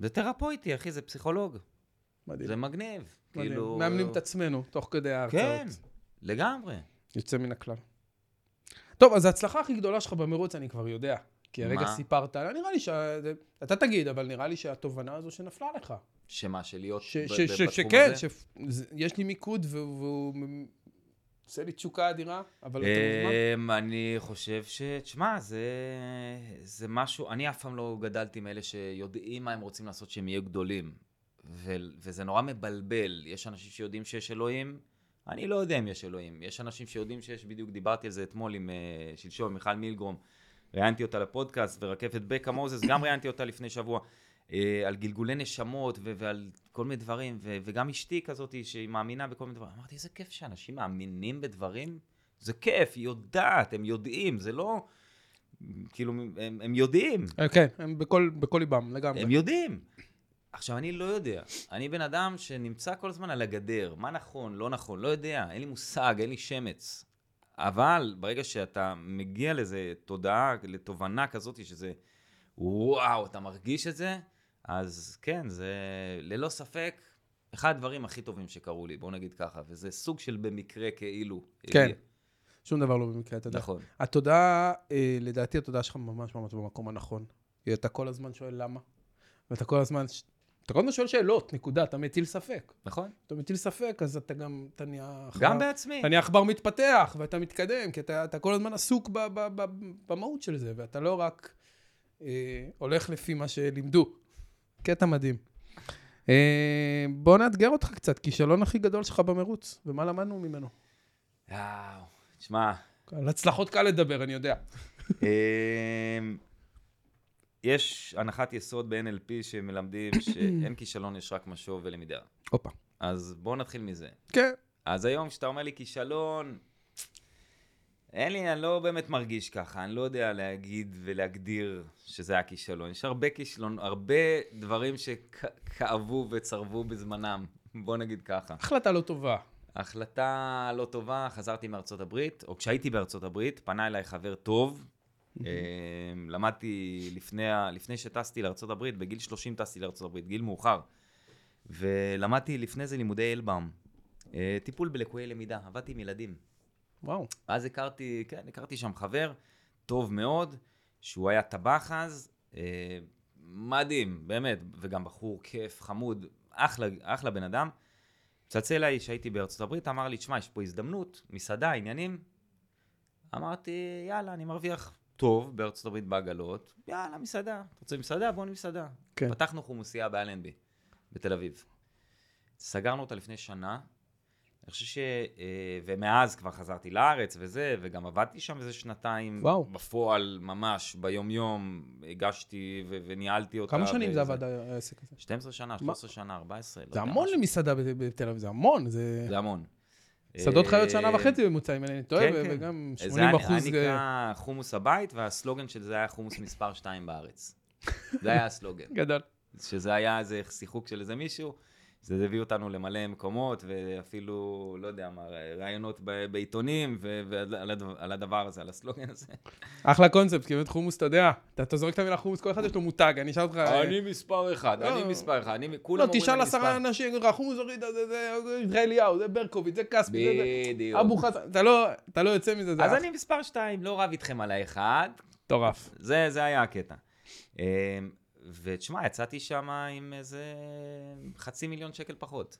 זה תרפויטי, אחי, זה פסיכולוג. מדהים. זה מגניב. מדהים. כאילו... מאמנים את עצמנו, תוך כדי ההרצאות. כן, לגמרי. יוצא מן הכלל. טוב, אז ההצלחה הכי גדולה שלך במרוץ, אני כבר יודע. כי הרגע מה? סיפרת, נראה לי ש... אתה תגיד, אבל נראה לי שהתובנה הזו שנפלה לך. שמה, שלהיות ש- ב- ש- ב- ש- בתחום שכן, הזה? שיש לי מיקוד והוא והוא עושה לי תשוקה אדירה, אבל אתה מוזמן. אמ, אני חושב ש... תשמע, זה... זה משהו... אני אף פעם לא גדלתי מאלה שיודעים מה הם רוצים לעשות שהם יהיו גדולים. ו... וזה נורא מבלבל. יש אנשים שיודעים שיש אלוהים, אני לא יודע אם יש אלוהים. יש אנשים שיודעים שיש, בדיוק דיברתי על זה אתמול עם uh, שלשום, עם מיכל מילגרום. ראיינתי אותה לפודקאסט, ורקפת בקה מוזס, גם ראיינתי אותה לפני שבוע, uh, על גלגולי נשמות ו- ועל כל מיני דברים, ו- וגם אשתי כזאת שהיא מאמינה בכל מיני דברים. אמרתי, איזה כיף שאנשים מאמינים בדברים. זה כיף, היא יודעת, הם יודעים, זה לא... כאילו, הם, הם יודעים. כן, הם בכל, בכל ליבם, לגמרי. הם יודעים. עכשיו, אני לא יודע. אני בן אדם שנמצא כל הזמן על הגדר. מה נכון, לא נכון, לא יודע. אין לי מושג, אין לי שמץ. אבל ברגע שאתה מגיע לזה תודעה, לתובנה כזאת, שזה וואו, אתה מרגיש את זה, אז כן, זה ללא ספק אחד הדברים הכי טובים שקרו לי, בואו נגיד ככה, וזה סוג של במקרה כאילו. כן. שום דבר לא במקרה, אתה יודע. נכון. התודעה, אה, לדעתי התודעה שלך ממש ממש במקום הנכון. כי אתה כל הזמן שואל למה, ואתה כל הזמן, אתה כל הזמן שואל שאלות, נקודה, אתה מטיל ספק. נכון. אתה מטיל ספק, אז אתה גם, אתה נהיה... גם בעצמי. אתה נהיה עכבר מתפתח, ואתה מתקדם, כי אתה, אתה כל הזמן עסוק ב, ב, ב, במהות של זה, ואתה לא רק אה, הולך לפי מה שלימדו. קטע מדהים. אה, בוא נאתגר אותך קצת, כישלון הכי גדול שלך במרוץ, ומה למדנו ממנו? וואו, תשמע. על הצלחות קל לדבר, אני יודע. יש הנחת יסוד ב-אן אל פי שמלמדים שאין כישלון, יש רק משוב ולמידה. הופה. אז בואו נתחיל מזה. כן. אז היום כשאתה אומר לי כישלון, אין לי, אני לא באמת מרגיש ככה, אני לא יודע להגיד ולהגדיר שזה היה כישלון. יש הרבה כישלון, הרבה דברים שכאבו וצרבו בזמנם, בוא נגיד ככה. החלטה לא טובה. החלטה לא טובה, חזרתי מארצות הברית, או כשהייתי בארצות הברית, פנה אליי חבר טוב, למדתי לפני, לפני שטסתי לארצות הברית, בגיל שלושים טסתי לארצות הברית, גיל מאוחר, ולמדתי לפני זה לימודי אלבאום, טיפול בלקויי למידה, עבדתי עם ילדים. וואו. אז הכרתי, כן, הכרתי שם חבר טוב מאוד, שהוא היה טבח אז, מדהים, באמת, וגם בחור כיף, חמוד, אחלה, אחלה בן אדם. צלצל אליי שהייתי בארצות הברית, אמר לי, תשמע, יש פה הזדמנות, מסעדה, עניינים. אמרתי, יאללה, אני מרוויח טוב בארצות הברית בעגלות, יאללה, מסעדה. אתה רוצה מסעדה? בוא נמסעדה. כן. פתחנו חומוסייה באלנבי, בתל אביב. סגרנו אותה לפני שנה. אני חושב ש... ומאז כבר חזרתי לארץ וזה, וגם עבדתי שם איזה שנתיים. וואו. בפועל, ממש, ביום-יום, הגשתי ו... וניהלתי אותה. כמה שנים וזה... זה עבד העסק הזה? שתים עשרה שנה, שלוש עשרה שנה, ארבע עשרה. זה המון למסעדה בתל אביב, זה המון. זה המון. מסעדות חיות שנה וחצי בממוצע, אם אני טועה, כן, כן. וגם זה שמונים אחוז... היה נקרא חומוס הבית, והסלוגן של זה היה חומוס מספר שתיים בארץ. זה היה הסלוגן. גדול. שזה היה איזה שיחוק של איזה מישהו, זה הביא אותנו למלא מקומות, ואפילו, לא יודע מה, רעיונות ב- בעיתונים, ו- ועל הדבר, על הדבר הזה, על הסלוגן הזה. אחלה קונספט, כי באמת חומוס, אתה יודע, אתה, אתה זורק את המילה חומוס, כל אחד יש לו מותג, אני אשאל אותך... אני מספר אחד, לא. אני מספר אחד, אני, כולם לא, אומרים תשאל אני עשרה מספר. אנשים, יגידו לך, חומוס אוריד, זה, זה, זה אליהו, זה ברקוביץ', זה כספי, זה, זה, בדיוק. אבו חסן, אתה לא, אתה לא יוצא מזה, זה אז אח. אני מספר שתיים, לא רב איתכם על האחד. מטורף. זה, זה היה הקטע. ותשמע, יצאתי שם עם איזה חצי מיליון שקל פחות.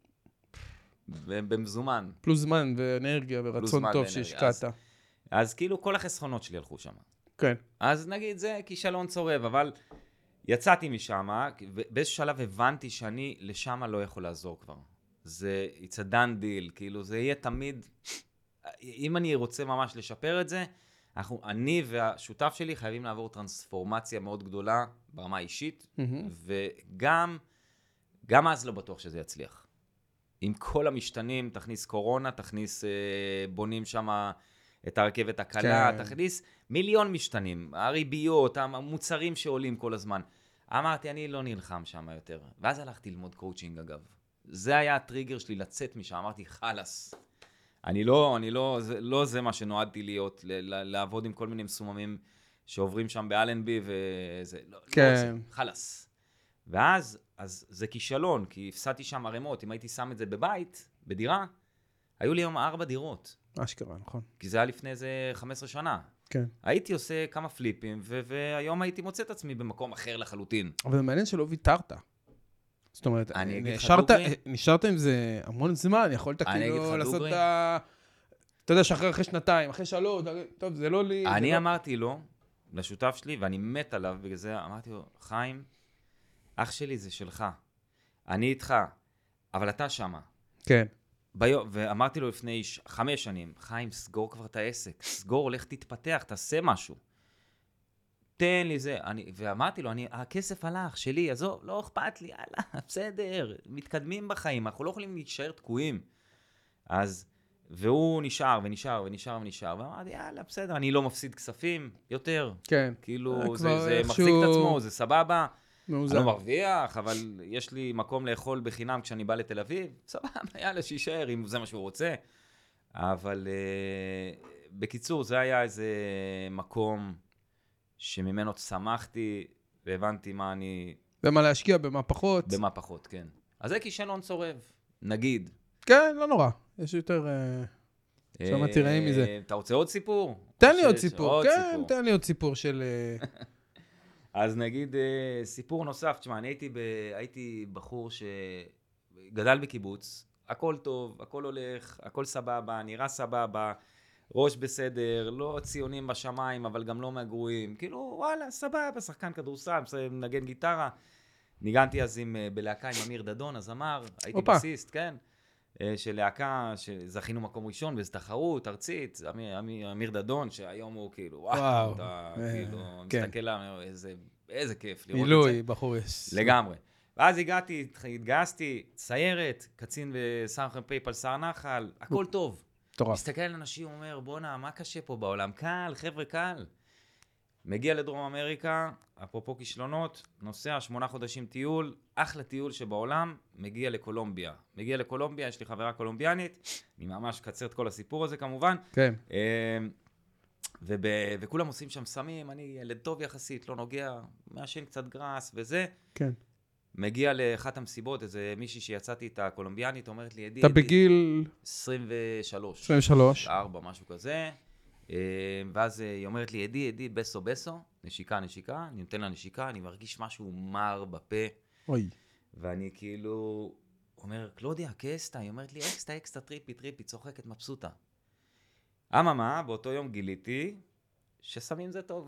במזומן. פלוס זמן ואנרגיה ורצון זמן טוב ואנרגיה. שהשקעת. אז- אז כאילו כל החסכונות שלי הלכו שם. כן. אז נגיד זה כישלון צורב, אבל יצאתי משם, ובאיזשהו שלב הבנתי שאני לשם לא יכול לעזור כבר. זה it's a done deal, כאילו זה יהיה תמיד, אם אני רוצה ממש לשפר את זה, אנחנו, אני והשותף שלי חייבים לעבור טרנספורמציה מאוד גדולה ברמה האישית, מהמם. וגם, גם אז לא בטוח שזה יצליח. עם כל המשתנים, תכניס קורונה, תכניס, אה, בונים שם את הרכבת הקלה, כן. תכניס מיליון משתנים, הריביות, המוצרים שעולים כל הזמן. אמרתי, אני לא נלחם שם יותר. ואז הלכתי ללמוד קואוצ'ינג אגב. זה היה הטריגר שלי לצאת משם, אמרתי, חלס. אני לא, אני לא, זה, לא זה מה שנועדתי להיות, ל- ל- לעבוד עם כל מיני מסוממים שעוברים שם באלנבי וזה, לא, כן. לא זה, חלס. ואז, אז זה כישלון, כי הפסדתי שם ערימות. אם הייתי שם את זה בבית, בדירה, היו לי היום ארבע דירות. אשכרה, נכון. כי זה היה לפני איזה חמש עשרה שנה. כן. הייתי עושה כמה פליפים, ו- והיום הייתי מוצא את עצמי במקום אחר לחלוטין. אבל זה מעניין שלא ויתרת. זאת אומרת, אני אגיד לך נשארת, דוגרי. נשארת עם זה המון זמן, יכולת אני אגיד לך כאילו לעשות דוגרי. את ה... אתה יודע שאחרי אחרי שנתיים, אחרי שלוש, טוב, זה לא לי... זה אני לא... אמרתי לו, לשותף שלי, ואני מת עליו, בגלל זה אמרתי לו, חיים, אח שלי זה שלך. אני איתך, אבל אתה שמה. כן. ביום, ואמרתי לו לפני ש... חמש שנים, חיים, סגור כבר את העסק, סגור, לך תתפתח, תעשה משהו. תן לי זה, אני, ואמרתי לו, אני, הכסף הלך, שלי, עזוב, לא אכפת לי, יאללה, בסדר, מתקדמים בחיים, אנחנו לא יכולים להישאר תקועים. אז, והוא נשאר ונשאר ונשאר ונשאר, ואמרתי, יאללה, בסדר, אני לא מפסיד כספים, יותר. כן. כאילו, זה, כבר זה איכשהו- מחזיק את עצמו, זה סבבה. מאוזן. אני לא מרוויח, אבל יש לי מקום לאכול בחינם כשאני בא לתל אביב, סבבה, יאללה, שישאר, אם זה מה שהוא רוצה. אבל uh, בקיצור, זה היה איזה מקום שממנו צמחתי, והבנתי מה אני... במה להשקיע, במה פחות. במה פחות, כן. אז זה כישלון צורב, נגיד. כן, לא נורא. יש יותר... אה, שמעתי רעים מזה. אה, אתה רוצה עוד סיפור? תן לי או עוד שיש- סיפור. כן, תן לי עוד סיפור של... אה, אז נגיד אה, סיפור נוסף, תשמע, אני הייתי, ב... הייתי בחור שגדל בקיבוץ, הכל טוב, הכל הולך, הכל סבבה, נראה סבבה, ראש בסדר, לא ציונים בשמיים, אבל גם לא מהגרועים, כאילו וואלה, סבבה, שחקן כדורסל, מנגן גיטרה. ניגנתי אז עם, אה, בלהקה עם אמיר דדון, הזמר, הייתי הופה. בסיסט, כן? אה, של להקה שזכינו מקום ראשון באיזו תחרות ארצית, אמיר, אמיר, אמיר דדון, שהיום הוא כאילו, וואו, וואו. אתה אה, כאילו, כן. מסתכל עליו, איזה, איזה כיף לראות את עילוי, זה. בחור יש. לגמרי. ואז הגעתי, התגייסתי, סיירת, קצין בסמ"ך פ"פ שר נחל, הכל טוב. מטורף. מסתכל על אנשים, אומר, בואנה, מה קשה פה בעולם? קל, חבר'ה, קל. מגיע לדרום אמריקה, אפרופו כישלונות, נוסע שמונה חודשים טיול, אחלה טיול שבעולם, מגיע לקולומביה. מגיע לקולומביה, יש לי חברה קולומביאנית, אני ממש קצר את כל הסיפור הזה כמובן. כן. אה, וב- וכולם עושים שם סמים, אני ילד טוב יחסית, לא נוגע, מעשן קצת גראס וזה. כן. מגיע לאחת המסיבות, איזה מישהי שיצאתי איתה, קולומביאנית, אומרת לי, ידי, אתה ידי, בגיל עשרים ושלוש. עשרים ושלוש. ארבע, משהו כזה. אה, ואז אה, היא אומרת לי, ידי, ידי, בסו, בסו, נשיקה, נשיקה, אני נותן לה נשיקה, אני מרגיש משהו מר בפה, אוי. ואני כאילו אומר, קלודיה, קסטה, היא אומרת לי, אקסטה, אקסטה, טריפי, טריפי, צוחקת, מבסוטה. אממה, באותו יום גיליתי שסמים זה טוב.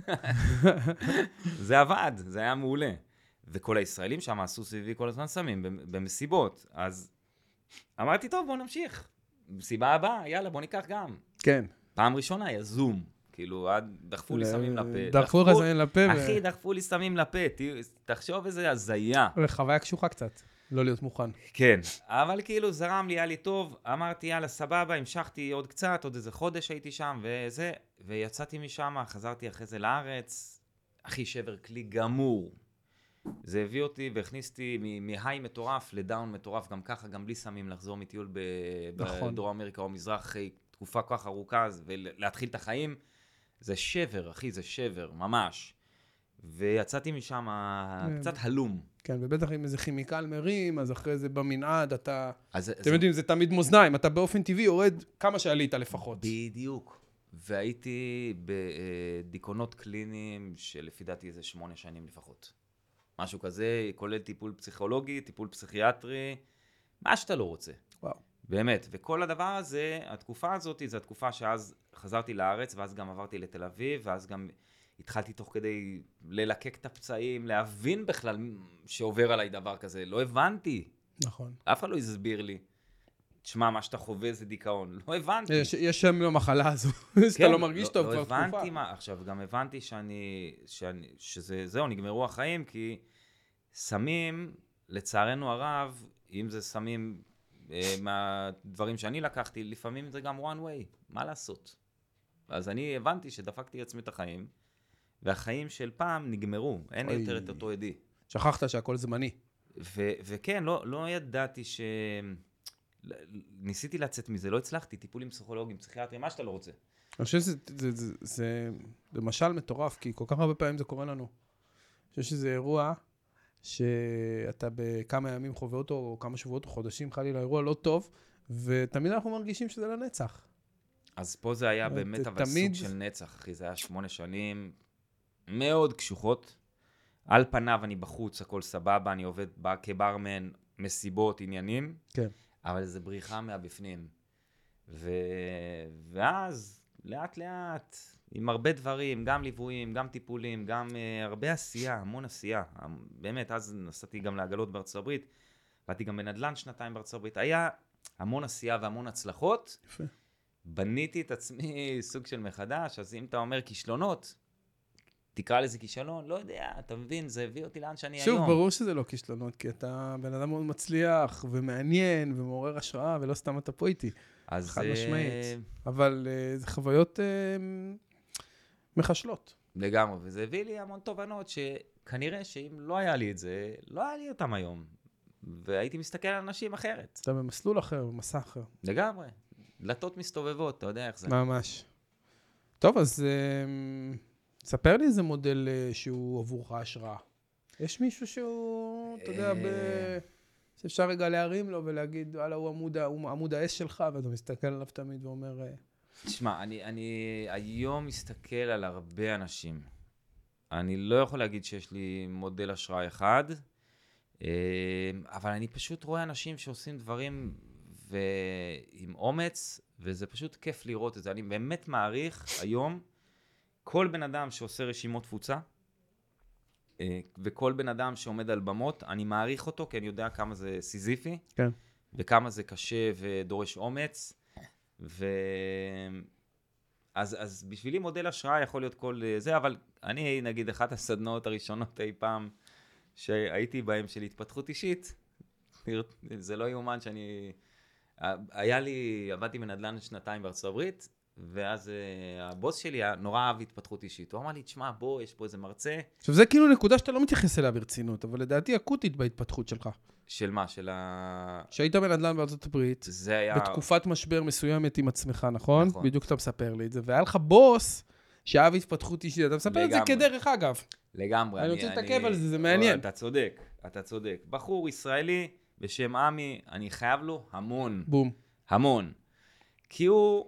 זה עבד, זה היה מעולה. וכל הישראלים שם עשו סביבי כל הזמן סמים במסיבות. אז אמרתי, טוב, בוא נמשיך. מסיבה הבאה, יאללה, בוא ניקח גם. כן. פעם ראשונה, יזום. כאילו, עד דחפו לי סמים לפה. דחפו לך סמים לפה. ו- אחי, דחפו לי סמים לפה. תראו, תחשוב איזה הזיה. חוויה קשוחה קצת. לא להיות מוכן. כן, אבל כאילו זרם לי, היה לי טוב, אמרתי יאללה סבבה, המשכתי עוד קצת, עוד איזה חודש הייתי שם וזה, ויצאתי משם, חזרתי אחרי זה לארץ, אחי שבר כלי גמור. זה הביא אותי והכניס אותי מ- מהיי מטורף לדאון מטורף, גם ככה, גם בלי סמים, לחזור מטיול ב- נכון. בדרום אמריקה או מזרח, אחרי תקופה כל כך ארוכה, ולהתחיל את החיים, זה שבר, אחי, זה שבר, ממש. ויצאתי משם קצת הלום. כן, ובטח עם איזה כימיקל מרים, אז אחרי זה במנעד אתה... אז אתם זה- יודעים, זה תמיד מאזניים, אתה באופן טבעי יורד כמה שעלית לפחות. בדיוק. והייתי בדיכאונות קליניים שלפי דעתי איזה שמונה שנים לפחות. משהו כזה, כולל טיפול פסיכולוגי, טיפול פסיכיאטרי, מה שאתה לא רוצה. וואו. באמת. וכל הדבר הזה, התקופה הזאת, זו התקופה שאז חזרתי לארץ, ואז גם עברתי לתל אביב, ואז גם התחלתי תוך כדי ללקק את הפצעים, להבין בכלל שעובר עליי דבר כזה. לא הבנתי. נכון. אף אחד לא הסביר לי. תשמע, מה שאתה חווה זה דיכאון. לא הבנתי. יש, יש שם למחלה הזו, שאתה כן, לא מרגיש טוב לא כבר תקופה. הבנתי מה, עכשיו גם הבנתי שאני, שאני, שזה, זהו, נגמרו החיים, כי סמים, לצערנו הרב, אם זה סמים אה, מהדברים שאני לקחתי, לפעמים זה גם one way, מה לעשות? אז אני הבנתי שדפקתי לעצמי את החיים, והחיים של פעם נגמרו, אין אוי. יותר את אותו עדי. שכחת שהכל זמני. ו- וכן, לא, לא ידעתי ש... ניסיתי לצאת מזה, לא הצלחתי, טיפולים פסיכולוגיים, פסיכיאטריים, מה שאתה לא רוצה. אני חושב שזה זה, זה, זה, זה משל מטורף, כי כל כך הרבה פעמים זה קורה לנו. אני חושב שזה אירוע שאתה בכמה ימים חווה אותו, או כמה שבועות או חודשים, חלילה, אירוע לא טוב, ותמיד אנחנו מרגישים שזה לנצח. אז פה זה היה באמת, אבל תמיד... סוג של נצח, אחי, זה היה שמונה שנים מאוד קשוחות. על פניו אני בחוץ, הכל סבבה, אני עובד כברמן, מסיבות, עניינים, כן. אבל זה בריחה מהבפנים. ו... ואז, לאט לאט, עם הרבה דברים, גם ליוויים, גם טיפולים, גם uh, הרבה עשייה, המון עשייה. באמת, אז נסעתי גם לעגלות בארצות הברית, באתי גם בנדל"ן שנתיים בארצות הברית. היה המון עשייה והמון הצלחות. יפה. בניתי את עצמי סוג של מחדש, אז אם אתה אומר כישלונות, תקרא לזה כישלון, לא יודע, אתה מבין, זה הביא אותי לאן שאני שוב, היום. שוב, ברור שזה לא כישלונות, כי אתה בן אדם מאוד מצליח ומעניין ומעורר השראה, ולא סתם אתה פה איתי. אז חד משמעית. אבל uh, זה חוויות uh, מחשלות. לגמרי, וזה הביא לי המון תובנות שכנראה שאם לא היה לי את זה, לא היה לי אותם היום. והייתי מסתכל על אנשים אחרת. אתה במסלול אחר, במסע אחר. לגמרי. דלתות מסתובבות, אתה יודע איך זה. ממש. טוב, אז uh, ספר לי איזה מודל uh, שהוא עבורך השראה. יש מישהו שהוא, אתה יודע, ב... שאפשר רגע להרים לו ולהגיד, וואלה, הוא עמוד, הוא עמוד האש שלך, ואתה מסתכל עליו תמיד ואומר... תשמע, אני, אני היום מסתכל על הרבה אנשים. אני לא יכול להגיד שיש לי מודל השראה אחד, אבל אני פשוט רואה אנשים שעושים דברים ועם אומץ, וזה פשוט כיף לראות את זה. אני באמת מעריך היום כל בן אדם שעושה רשימות תפוצה, וכל בן אדם שעומד על במות, אני מעריך אותו, כי אני יודע כמה זה סיזיפי, כן. וכמה זה קשה ודורש אומץ, ו... אז, אז בשבילי מודל השראה יכול להיות כל זה, אבל אני, נגיד, אחת הסדנאות הראשונות אי פעם שהייתי בהם של התפתחות אישית, זה לא יאומן שאני... היה לי, עבדתי בנדל"ן שנתיים בארצות הברית, ואז uh, הבוס שלי נורא אהב התפתחות אישית. הוא אמר לי, תשמע, בוא, יש פה איזה מרצה. עכשיו, זה כאילו נקודה שאתה לא מתייחס אליה ברצינות, אבל לדעתי אקוטית בהתפתחות שלך. של מה? של ה... שהיית בנדל"ן בארצות הברית, זה היה... בתקופת משבר מסוימת עם עצמך, נכון? נכון. בדיוק אתה מספר לי את זה. והיה לך בוס שאהב התפתחות אישית. אתה מספר את זה כדרך אגב. לגמרי. אני רוצה להתעכב על זה, זה מעניין. אתה צודק, אתה צודק. בחור ישראלי בשם עמי, אני חייב לו המון. בום. המון. כי הוא...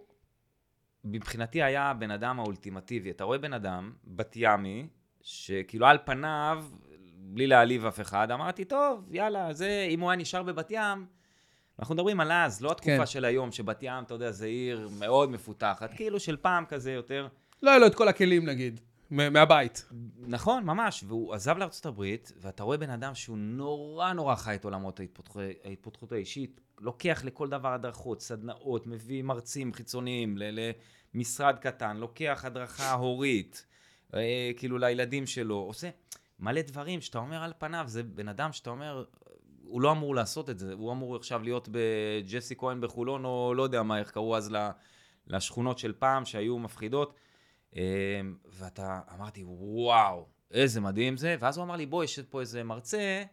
מבחינתי היה בן אדם האולטימטיבי. אתה רואה בן אדם, בת ימי, שכאילו על פניו, בלי להעליב אף אחד, אמרתי, טוב, יאללה, זה, אם הוא היה נשאר בבת ים, אנחנו מדברים על אז, לא התקופה כן. של היום, שבת ים, אתה יודע, זה עיר מאוד מפותחת, כאילו של פעם כזה יותר. לא היה לו את כל הכלים, נגיד, מהבית. נכון, ממש, והוא עזב לארצות הברית, ואתה רואה בן אדם שהוא נורא נורא חי את עולמות ההתפתחות, ההתפתחות האישית, לוקח לכל דבר הדרכות, סדנאות, מביא מרצים חיצוניים למשרד קטן, לוקח הדרכה הורית, אה, כאילו לילדים שלו, עושה מלא דברים שאתה אומר על פניו, זה בן אדם שאתה אומר, הוא לא אמור לעשות את זה, הוא אמור עכשיו להיות בג'סי כהן בחולון, או לא יודע מה, איך קראו אז לשכונות של פעם שהיו מפחידות, אה, ואתה אמרתי, וואו, איזה מדהים זה, ואז הוא אמר לי, בוא, יש פה איזה מרצה,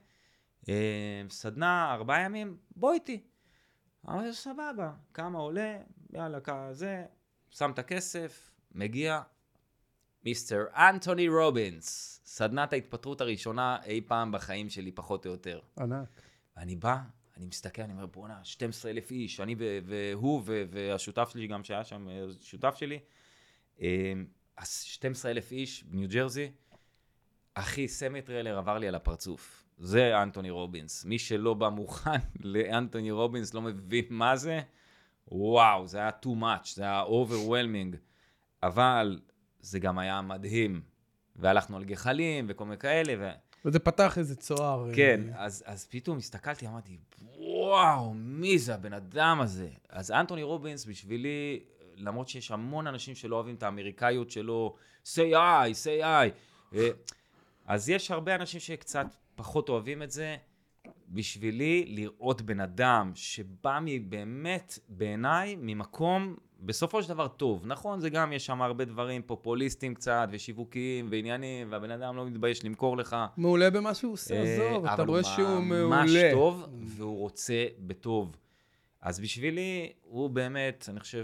אה, סדנה, ארבעה ימים, בוא איתי. אמרתי, סבבה, כמה עולה, יאללה, כזה, שם את הכסף, מגיע, מיסטר אנטוני רובינס, סדנת ההתפטרות הראשונה אי פעם בחיים שלי, פחות או יותר. ענק. ואני בא, אני מסתכל, אני אומר, בוא'נה, שנים עשר אלף איש, אני והוא והשותף שלי, גם שהיה שם, שותף שלי, אז שנים עשר אלף איש בניו ג'רזי, אחי, סמי טריילר עבר לי על הפרצוף. זה אנטוני רובינס. מי שלא בא מוכן לאנטוני רובינס לא מבין מה זה. וואו, זה היה too much, זה היה overwhelming. אבל זה גם היה מדהים. והלכנו על גחלים וכל מיני כאלה. ו... וזה פתח איזה צוהר. כן, אז, אז פתאום הסתכלתי, אמרתי, וואו, מי זה הבן אדם הזה? אז אנטוני רובינס בשבילי, למרות שיש המון אנשים שלא אוהבים את האמריקאיות שלו, say I, say I. אז יש הרבה אנשים שקצת פחות אוהבים את זה, בשבילי לראות בן אדם שבא באמת בעיניי ממקום בסופו של דבר טוב. נכון, זה גם יש שם הרבה דברים פופוליסטיים קצת ושיווקיים ועניינים, והבן אדם לא מתבייש למכור לך. מעולה במה שהוא עושה, עזוב, אתה רואה שהוא מעולה. אבל הוא ממש טוב והוא רוצה בטוב. אז בשבילי הוא באמת, אני חושב...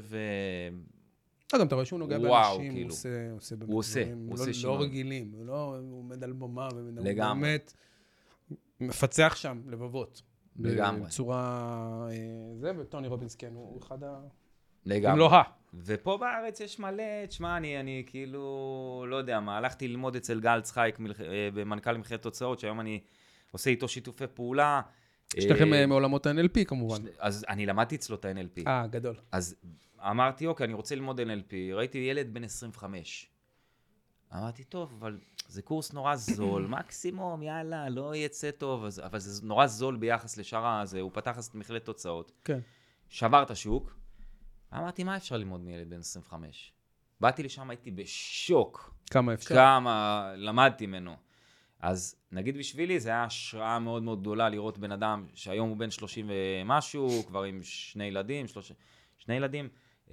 לא, גם אתה רואה שהוא נוגע באנשים, הוא עושה באמת דברים לא רגילים, הוא עומד על במה, לגמרי. באמת מפצח שם לבבות. לגמרי. בצורה... זה, וטוני רובינס, כן, הוא אחד ה... לגמרי. אם לא ה... ופה בארץ יש מלא, תשמע, אני, אני כאילו, לא יודע מה, הלכתי ללמוד אצל גל צחייק, במנכ"ל מכללת תוצאות, שהיום אני עושה איתו שיתופי פעולה. יש לכם מעולמות ה-אן אל פי כמובן. אז אני למדתי אצלו את ה-אן אל פי. אה, גדול. אז אמרתי, אוקיי, אני רוצה ללמוד אן אל פי, ראיתי ילד בן עשרים וחמש. אמרתי, טוב, אבל זה קורס נורא זול, מקסימום, יאללה, לא יצא טוב, אז, אבל זה נורא זול ביחס לשאר הזה, הוא פתח אז את מכללת תוצאות. כן. שבר את השוק. אמרתי, מה אפשר ללמוד מילד בן עשרים וחמש? באתי לשם, הייתי בשוק. כמה אפשר? כמה למדתי ממנו. אז נגיד בשבילי, זה היה השראה מאוד מאוד גדולה לראות בן אדם שהיום הוא בן שלושים ומשהו, כבר עם שני ילדים, שלוש... שני ילדים,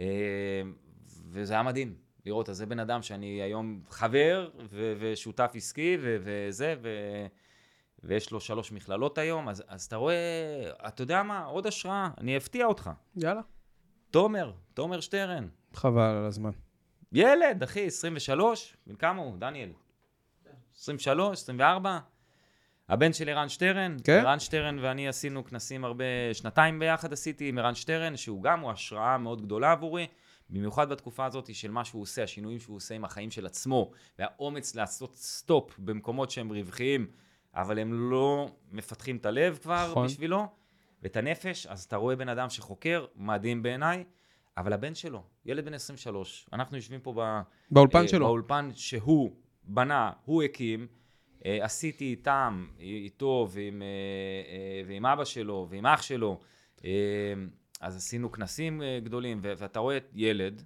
וזה היה מדהים לראות. אז זה בן אדם שאני היום חבר ו- ושותף עסקי ו- וזה, ו- ויש לו שלוש מכללות היום, אז, אז אתה רואה, אתה יודע מה, עוד השראה, אני אפתיע אותך. יאללה. תומר, תומר שטרן. חבל על הזמן. ילד, אחי, עשרים ושלוש, בן כמה הוא, דניאל? עשרים ושלוש, עשרים וארבע. הבן של ערן שטרן. כן? ערן שטרן ואני עשינו כנסים הרבה, שנתיים ביחד עשיתי עם ערן שטרן, שהוא גם הוא השראה מאוד גדולה עבורי, במיוחד בתקופה הזאת של מה שהוא עושה, השינויים שהוא עושה עם החיים של עצמו, והאומץ לעשות סטופ במקומות שהם רווחיים, אבל הם לא מפתחים את הלב כבר נכון. בשבילו, ואת הנפש. אז אתה רואה בן אדם שחוקר, מדהים בעיניי, אבל הבן שלו, ילד בן עשרים ושלוש, אנחנו יושבים פה ב... באולפן אה, שלו. באולפן שהוא בנה, הוא הקים, אה, עשיתי איתם, איתו ועם, אה, אה, ועם אבא שלו ועם אח שלו, אה, אז עשינו כנסים אה, גדולים, ו- ואתה רואה ילד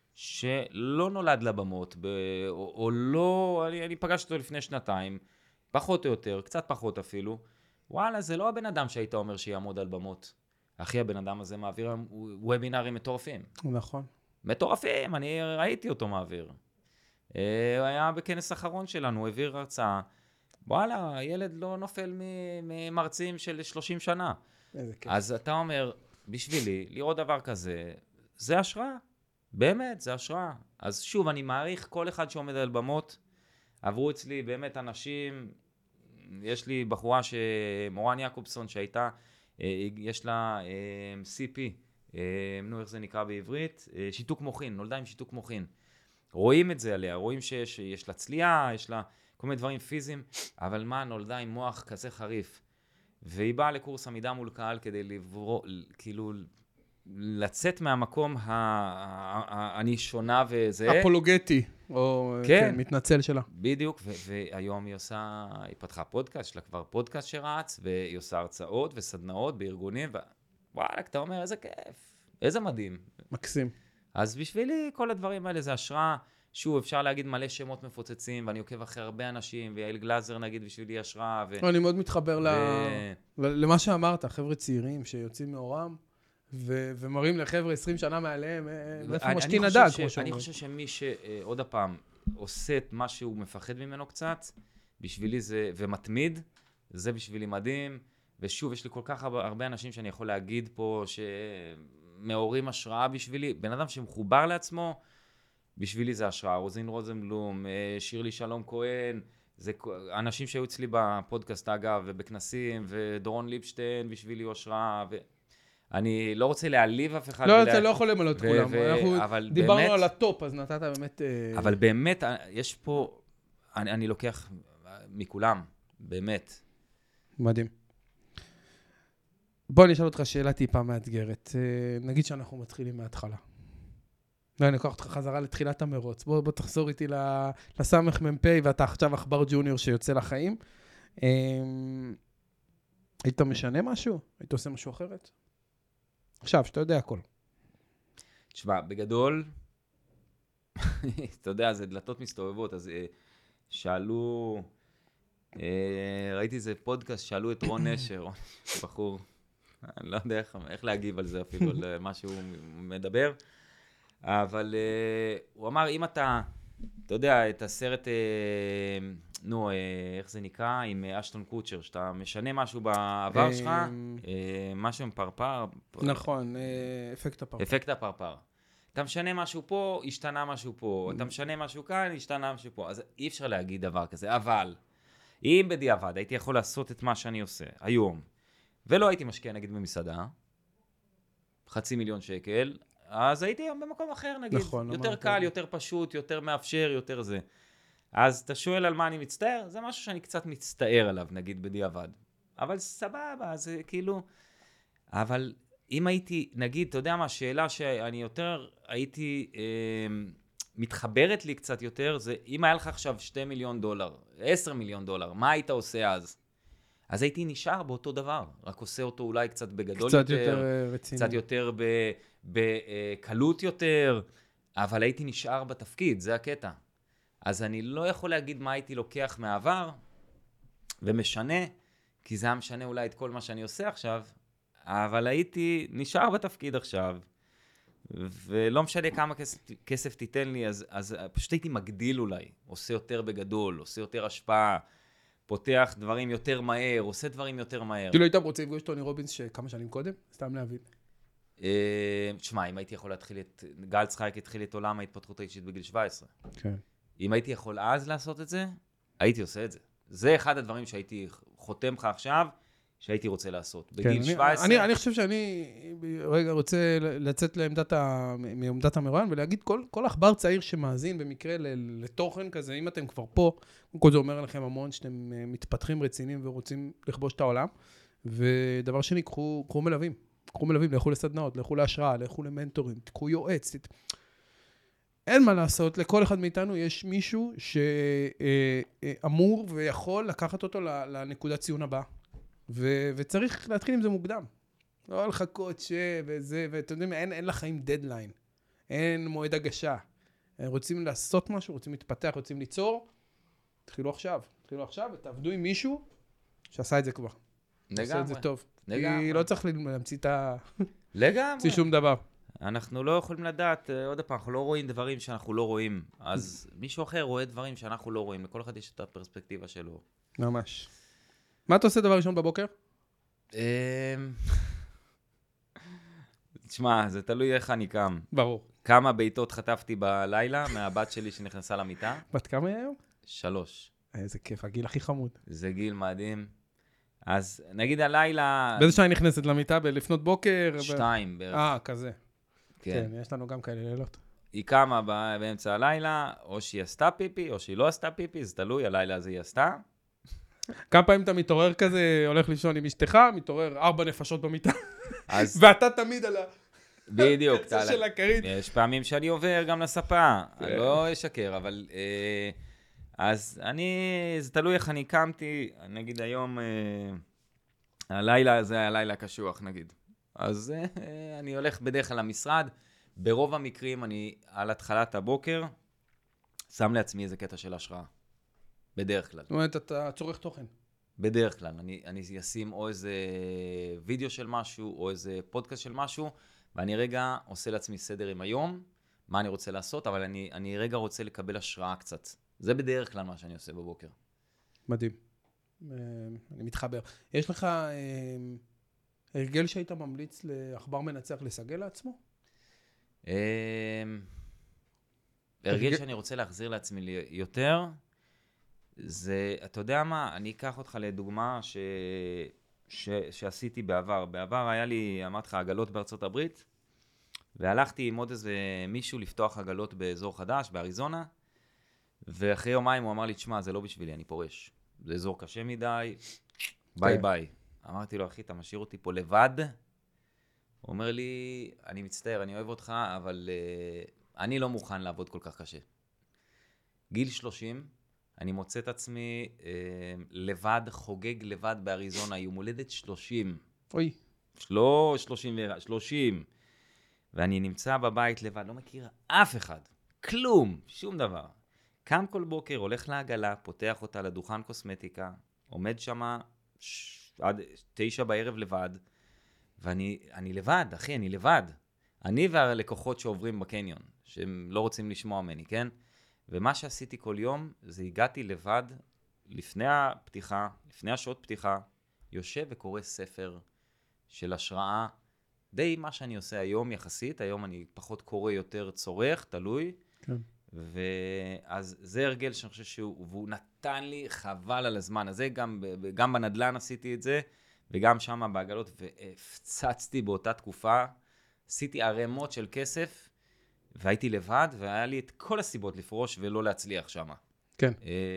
שלא נולד לבמות, ב- או, או לא, אני, אני פגשתי אותו לפני שנתיים, פחות או יותר, קצת פחות אפילו, וואלה, זה לא הבן אדם שהיית אומר שיעמוד על במות. אחי, הבן אדם הזה מעביר וובינרים מטורפים. נכון. מטורפים, אני ראיתי אותו מעביר. הוא היה בכנס אחרון שלנו, הוא העביר הרצאה. וואלה, הילד לא נופל ממרצים של שלושים שנה. איזה כיף. אז אתה אומר, בשבילי, לראות דבר כזה, זה השראה. באמת, זה השראה. אז שוב, אני מעריך כל אחד שעומד על במות. עברו אצלי באמת אנשים, יש לי בחורה מורן יעקובסון שהייתה, יש לה סי פי, נו איך זה נקרא בעברית, שיתוק מוחין, נולדה עם שיתוק מוחין. רואים את זה עליה, רואים שיש יש לה צליעה, יש לה כל מיני דברים פיזיים, אבל מה, נולדה עם מוח כזה חריף. והיא באה לקורס עמידה מול קהל כדי לברוא, כאילו, לצאת מהמקום ה... אני שונה וזה. אפולוגטי, או כן. כן, מתנצל שלה. בדיוק, ו- והיום היא עושה, היא פתחה פודקאסט, יש לה כבר פודקאסט שרץ, והיא עושה הרצאות וסדנאות בארגונים, ווואלה, אתה אומר, איזה כיף, איזה מדהים. מקסים. אז בשבילי כל הדברים האלה זה השראה. שוב, אפשר להגיד מלא שמות מפוצצים, ואני עוקב אחרי הרבה אנשים, ויעל גלזר נגיד בשבילי השראה. ו... אני מאוד מתחבר ו... ל... למה שאמרת, חבר'ה צעירים שיוצאים מאורם, ו... ומראים לחבר'ה עשרים שנה מעליהם, מאיפה משתין הדג, כמו שאומרים. אני חושב שמי שעוד הפעם עושה את מה שהוא מפחד ממנו קצת, בשבילי זה, ומתמיד, זה בשבילי מדהים. ושוב, יש לי כל כך הרבה אנשים שאני יכול להגיד פה, שמעוררים השראה בשבילי. בן אדם שמחובר לעצמו, בשבילי זה השראה. רוזין רוזנבלום, שירלי שלום כהן, זה אנשים שהיו אצלי בפודקאסט אגב, ובכנסים, ודורון ליפשטיין בשבילי הוא השראה, ואני לא רוצה להעליב אף אחד. לא, אתה לא יכול למלא את כולם. אנחנו דיברנו באמת, על הטופ, אז נתת באמת... אבל באמת, יש פה, אני, אני לוקח מכולם, באמת. מדהים. בוא נשאל אותך שאלה טיפה מאתגרת. נגיד שאנחנו מתחילים מההתחלה. לא, אני אקח אותך חזרה לתחילת המרוץ. בוא, בוא תחזור איתי לסמך מ"פ, ואתה עכשיו עכבר ג'וניור שיוצא לחיים. היית משנה משהו? היית עושה משהו אחרת? עכשיו, שאתה יודע הכל. תשמע, בגדול, אתה יודע, זה דלתות מסתובבות, אז שאלו, ראיתי איזה פודקאסט, שאלו את רון נשר, בחור, אני לא יודע איך, איך להגיב על זה אפילו, על מה שהוא מדבר, אבל uh, הוא אמר, אם אתה, אתה יודע, את הסרט, uh, נו, uh, איך זה נקרא, עם uh, אשטון קוצ'ר, שאתה משנה משהו בעבר שלך, uh, משהו עם פרפר. נכון, uh, אפקט הפרפר. אפקט הפרפר. אתה משנה משהו פה, השתנה משהו פה, אתה משנה משהו כאן, השתנה משהו פה. אז אי אפשר להגיד דבר כזה, אבל אם בדיעבד הייתי יכול לעשות את מה שאני עושה היום, ולא הייתי משקיע נגיד במסעדה, חצי מיליון שקל, אז הייתי היום במקום אחר נגיד. נכון, יותר קל, יותר פשוט, יותר מאפשר, יותר זה. אז אתה שואל על מה אני מצטער? זה משהו שאני קצת מצטער עליו, נגיד בדיעבד. אבל סבבה, זה כאילו... אבל אם הייתי, נגיד, אתה יודע מה, השאלה שאני יותר הייתי... אה, מתחברת לי קצת יותר, זה אם היה לך עכשיו שתי מיליון דולר, עשר מיליון דולר, מה היית עושה אז? אז הייתי נשאר באותו דבר, רק עושה אותו אולי קצת בגדול קצת יותר, יותר רציני. קצת יותר בקלות יותר, אבל הייתי נשאר בתפקיד, זה הקטע. אז אני לא יכול להגיד מה הייתי לוקח מהעבר, ומשנה, כי זה היה משנה אולי את כל מה שאני עושה עכשיו, אבל הייתי נשאר בתפקיד עכשיו, ולא משנה כמה כסף, כסף תיתן לי, אז, אז פשוט הייתי מגדיל אולי, עושה יותר בגדול, עושה יותר השפעה, פותח דברים יותר מהר, עושה דברים יותר מהר. כאילו היית רוצה לפגוש טוני רובינס שכמה שנים קודם? סתם להבין. תשמע, אם הייתי יכול להתחיל את, גל צחייק התחיל את עולם ההתפתחות האישית בגיל שבע עשרה. כן. אם הייתי יכול אז לעשות את זה, הייתי עושה את זה. זה אחד הדברים שהייתי חותם לך עכשיו, שהייתי רוצה לעשות. בגיל כן, שבע עשרה... אני, אני חושב שאני רגע רוצה לצאת לעמדת ה, מעמדת המרואיין ולהגיד כל, כל אכבר צעיר שמאזין במקרה לתוכן כזה, אם אתם כבר פה, כל זה אומר לכם המון שאתם מתפתחים רציניים ורוצים לכבוש את העולם, ודבר שני, קחו, קחו מלווים, קחו מלווים, לכו לסדנאות, לכו להשראה, לכו למנטורים, תקחו יועץ, ת... אין מה לעשות, לכל אחד מאיתנו יש מישהו שאמור ויכול לקחת אותו לנקודת ציון הבאה. ו- וצריך להתחיל עם זה מוקדם. לא לחכות ש... וזה, ואתם יודעים, אין, אין לחיים דדליין. אין מועד הגשה. רוצים לעשות משהו, רוצים להתפתח, רוצים ליצור, תתחילו עכשיו. תתחילו עכשיו ותעבדו עם מישהו שעשה את זה כבר. לגמרי. עשה את זה טוב. לגמרי. כי לא צריך להמציא את ה... לגמרי. להמציא שום דבר. אנחנו לא יכולים לדעת, עוד פעם, אנחנו לא רואים דברים שאנחנו לא רואים. אז מישהו אחר רואה דברים שאנחנו לא רואים. לכל אחד יש את הפרספקטיבה שלו. ממש. מה אתה עושה דבר ראשון בבוקר? תשמע, זה תלוי איך אני קם. ברור. כמה בעיטות חטפתי בלילה מהבת שלי שנכנסה למיטה? בת כמה היא היום? שלוש. איזה כיף, הגיל הכי חמוד. זה גיל מדהים. אז נגיד הלילה... באיזה שעה היא נכנסת למיטה? בלפנות בוקר? שתיים בערך. אה, כזה. כן. כן, יש לנו גם כאלה לילות. היא קמה באמצע הלילה, או שהיא עשתה פיפי, או שהיא לא עשתה פיפי, זה תלוי, הלילה הזה היא עשתה. כמה פעמים אתה מתעורר כזה, הולך לישון עם אשתך, מתעורר ארבע נפשות במיטה, אז... ואתה תמיד על בדיוק. הקצה של הכרית. יש פעמים שאני עובר גם לספה, אני לא אשקר, אבל... אה, אז אני, זה תלוי איך אני קמתי, נגיד היום, אה, הלילה הזה היה לילה קשוח נגיד. אז אה, אני הולך בדרך כלל למשרד, ברוב המקרים אני על התחלת הבוקר, שם לעצמי איזה קטע של השראה. בדרך כלל. זאת אומרת, אתה צורך תוכן. בדרך כלל. אני, אני אשים או איזה וידאו של משהו, או איזה פודקאסט של משהו, ואני רגע עושה לעצמי סדר עם היום, מה אני רוצה לעשות, אבל אני, אני רגע רוצה לקבל השראה קצת. זה בדרך כלל מה שאני עושה בבוקר. מדהים. אני מתחבר. יש לך הרגל שהיית ממליץ לעכבר מנצח לסגל לעצמו? הרגל שאני רוצה להחזיר לעצמי יותר, זה, אתה יודע מה, אני אקח אותך לדוגמה ש... ש... שעשיתי בעבר. בעבר היה לי, אמרתי לך, עגלות בארצות הברית, והלכתי עם עוד איזה מישהו לפתוח עגלות באזור חדש, באריזונה, ואחרי יומיים הוא אמר לי, תשמע, זה לא בשבילי, אני פורש. זה אזור קשה מדי, ביי ביי. אמרתי לו, אחי, אתה משאיר אותי פה לבד? הוא אומר לי, אני מצטער, אני אוהב אותך, אבל uh, אני לא מוכן לעבוד כל כך קשה. גיל שלושים, אני מוצא את עצמי uh, לבד, חוגג לבד באריזונה, יום הולדת שלושים. אוי. לא שלושים, שלושים. ואני נמצא בבית לבד, לא מכיר אף אחד. כלום, שום דבר. קם כל בוקר, הולך לעגלה, פותח אותה לדוכן קוסמטיקה, עומד שמה ש... עד תשע בערב לבד, ואני אני לבד, אחי, אני לבד. אני והלקוחות שעוברים בקניון, שהם לא רוצים לשמוע ממני, כן? ומה שעשיתי כל יום, זה הגעתי לבד, לפני הפתיחה, לפני השעות פתיחה, יושב וקורא ספר של השראה, די מה שאני עושה היום יחסית, היום אני פחות קורא יותר צורך, תלוי, כן. ואז זה הרגל שאני חושב שהוא, והוא נתן לי חבל על הזמן הזה, גם, גם בנדלן עשיתי את זה, וגם שם בעגלות, והפצצתי באותה תקופה, עשיתי ערימות של כסף, והייתי לבד, והיה לי את כל הסיבות לפרוש ולא להצליח שם. כן.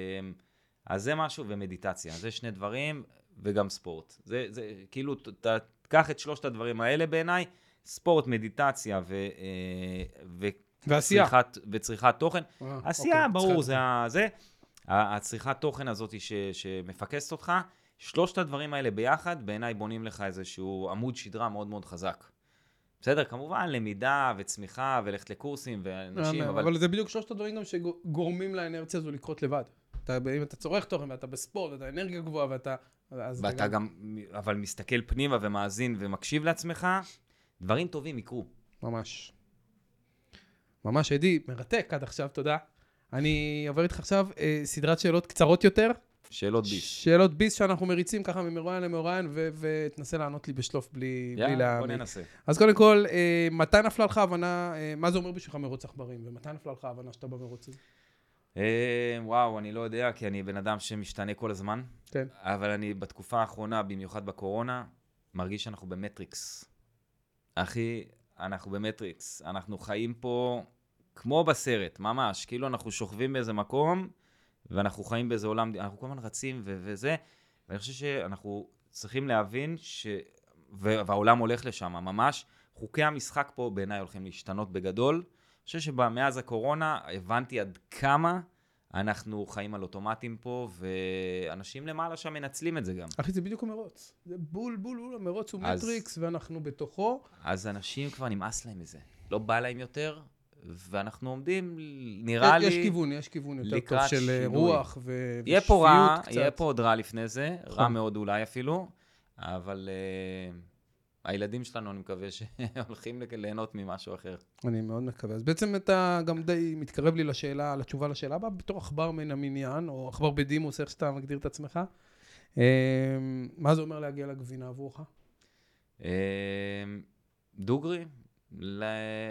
אז זה משהו, ומדיטציה, זה שני דברים, וגם ספורט. זה, זה כאילו, תקח את שלושת הדברים האלה בעיניי, ספורט, מדיטציה ו... ו ועשייה. וצריכת, וצריכת תוכן. אה, עשייה, אוקיי, ברור, צריכת. זה, זה. הצריכת תוכן הזאת ש, שמפקסת אותך, שלושת הדברים האלה ביחד, בעיניי בונים לך איזשהו עמוד שדרה מאוד מאוד חזק. בסדר, כמובן, למידה וצמיחה ולכת לקורסים ואנשים, אבל... אבל... אבל זה בדיוק שלושת הדברים גם שגורמים לאנרציה הזו לקרות לבד. אתה, אם אתה צורך תוכן ואתה בספורט, ואתה אנרגיה גבוהה ואתה... ואתה גם, אבל מסתכל פנימה ומאזין ומקשיב לעצמך, דברים טובים יקרו. ממש. ממש, אדי, מרתק עד עכשיו, תודה. אני עובר איתך עכשיו אה, סדרת שאלות קצרות יותר. שאלות ביס. שאלות ביס שאנחנו מריצים ככה ממרואיין למרואיין, ותנסה לענות לי בשלוף בלי, בלי יאללה, להעמיק. בוא ננסה. אז קודם כל, אה, מתי נפלה לך הבנה, אה, מה זה אומר בשבילך מרוץ עכברים, ומתי נפלה לך הבנה שאתה במרוץ הזה? אה, וואו, אני לא יודע, כי אני בן אדם שמשתנה כל הזמן. כן. אבל אני בתקופה האחרונה, במיוחד בקורונה, מרגיש שאנחנו במטריקס. אחי, אנחנו במטריקס. אנחנו חיים פה כמו בסרט, ממש. כאילו אנחנו שוכבים באיזה מקום, ואנחנו חיים באיזה עולם, אנחנו כל הזמן רצים ו- וזה. ואני חושב שאנחנו צריכים להבין ש... והעולם הולך לשם, ממש. חוקי המשחק פה בעיניי הולכים להשתנות בגדול. אני חושב שמאז הקורונה הבנתי עד כמה אנחנו חיים על אוטומטים פה, ואנשים למעלה שם מנצלים את זה גם. אחי, זה בדיוק המרוץ. זה בול, בול, בול, המרוץ הוא אז- מטריקס, ואנחנו בתוכו. אז אנשים כבר נמאס להם מזה. לא בא להם יותר, ואנחנו עומדים, נראה יש, לי... יש כיוון, יש כיוון יותר טוב לקראת של שינוי. רוח ו... יהיה פה רע, קצת. יהיה פה עוד רע לפני זה, רע נכון. מאוד אולי אפילו, אבל uh, הילדים שלנו, אני מקווה שהולכים ליהנות ממשהו אחר. אני מאוד מקווה. אז בעצם אתה גם די מתקרב לי לשאלה, לתשובה לשאלה הבאה, בתור עכבר מן המניין, או עכבר בדימוס, איך שאתה מגדיר את עצמך. אה, מה זה אומר להגיע לגבינה עבורך? אה, דוגרי, ל...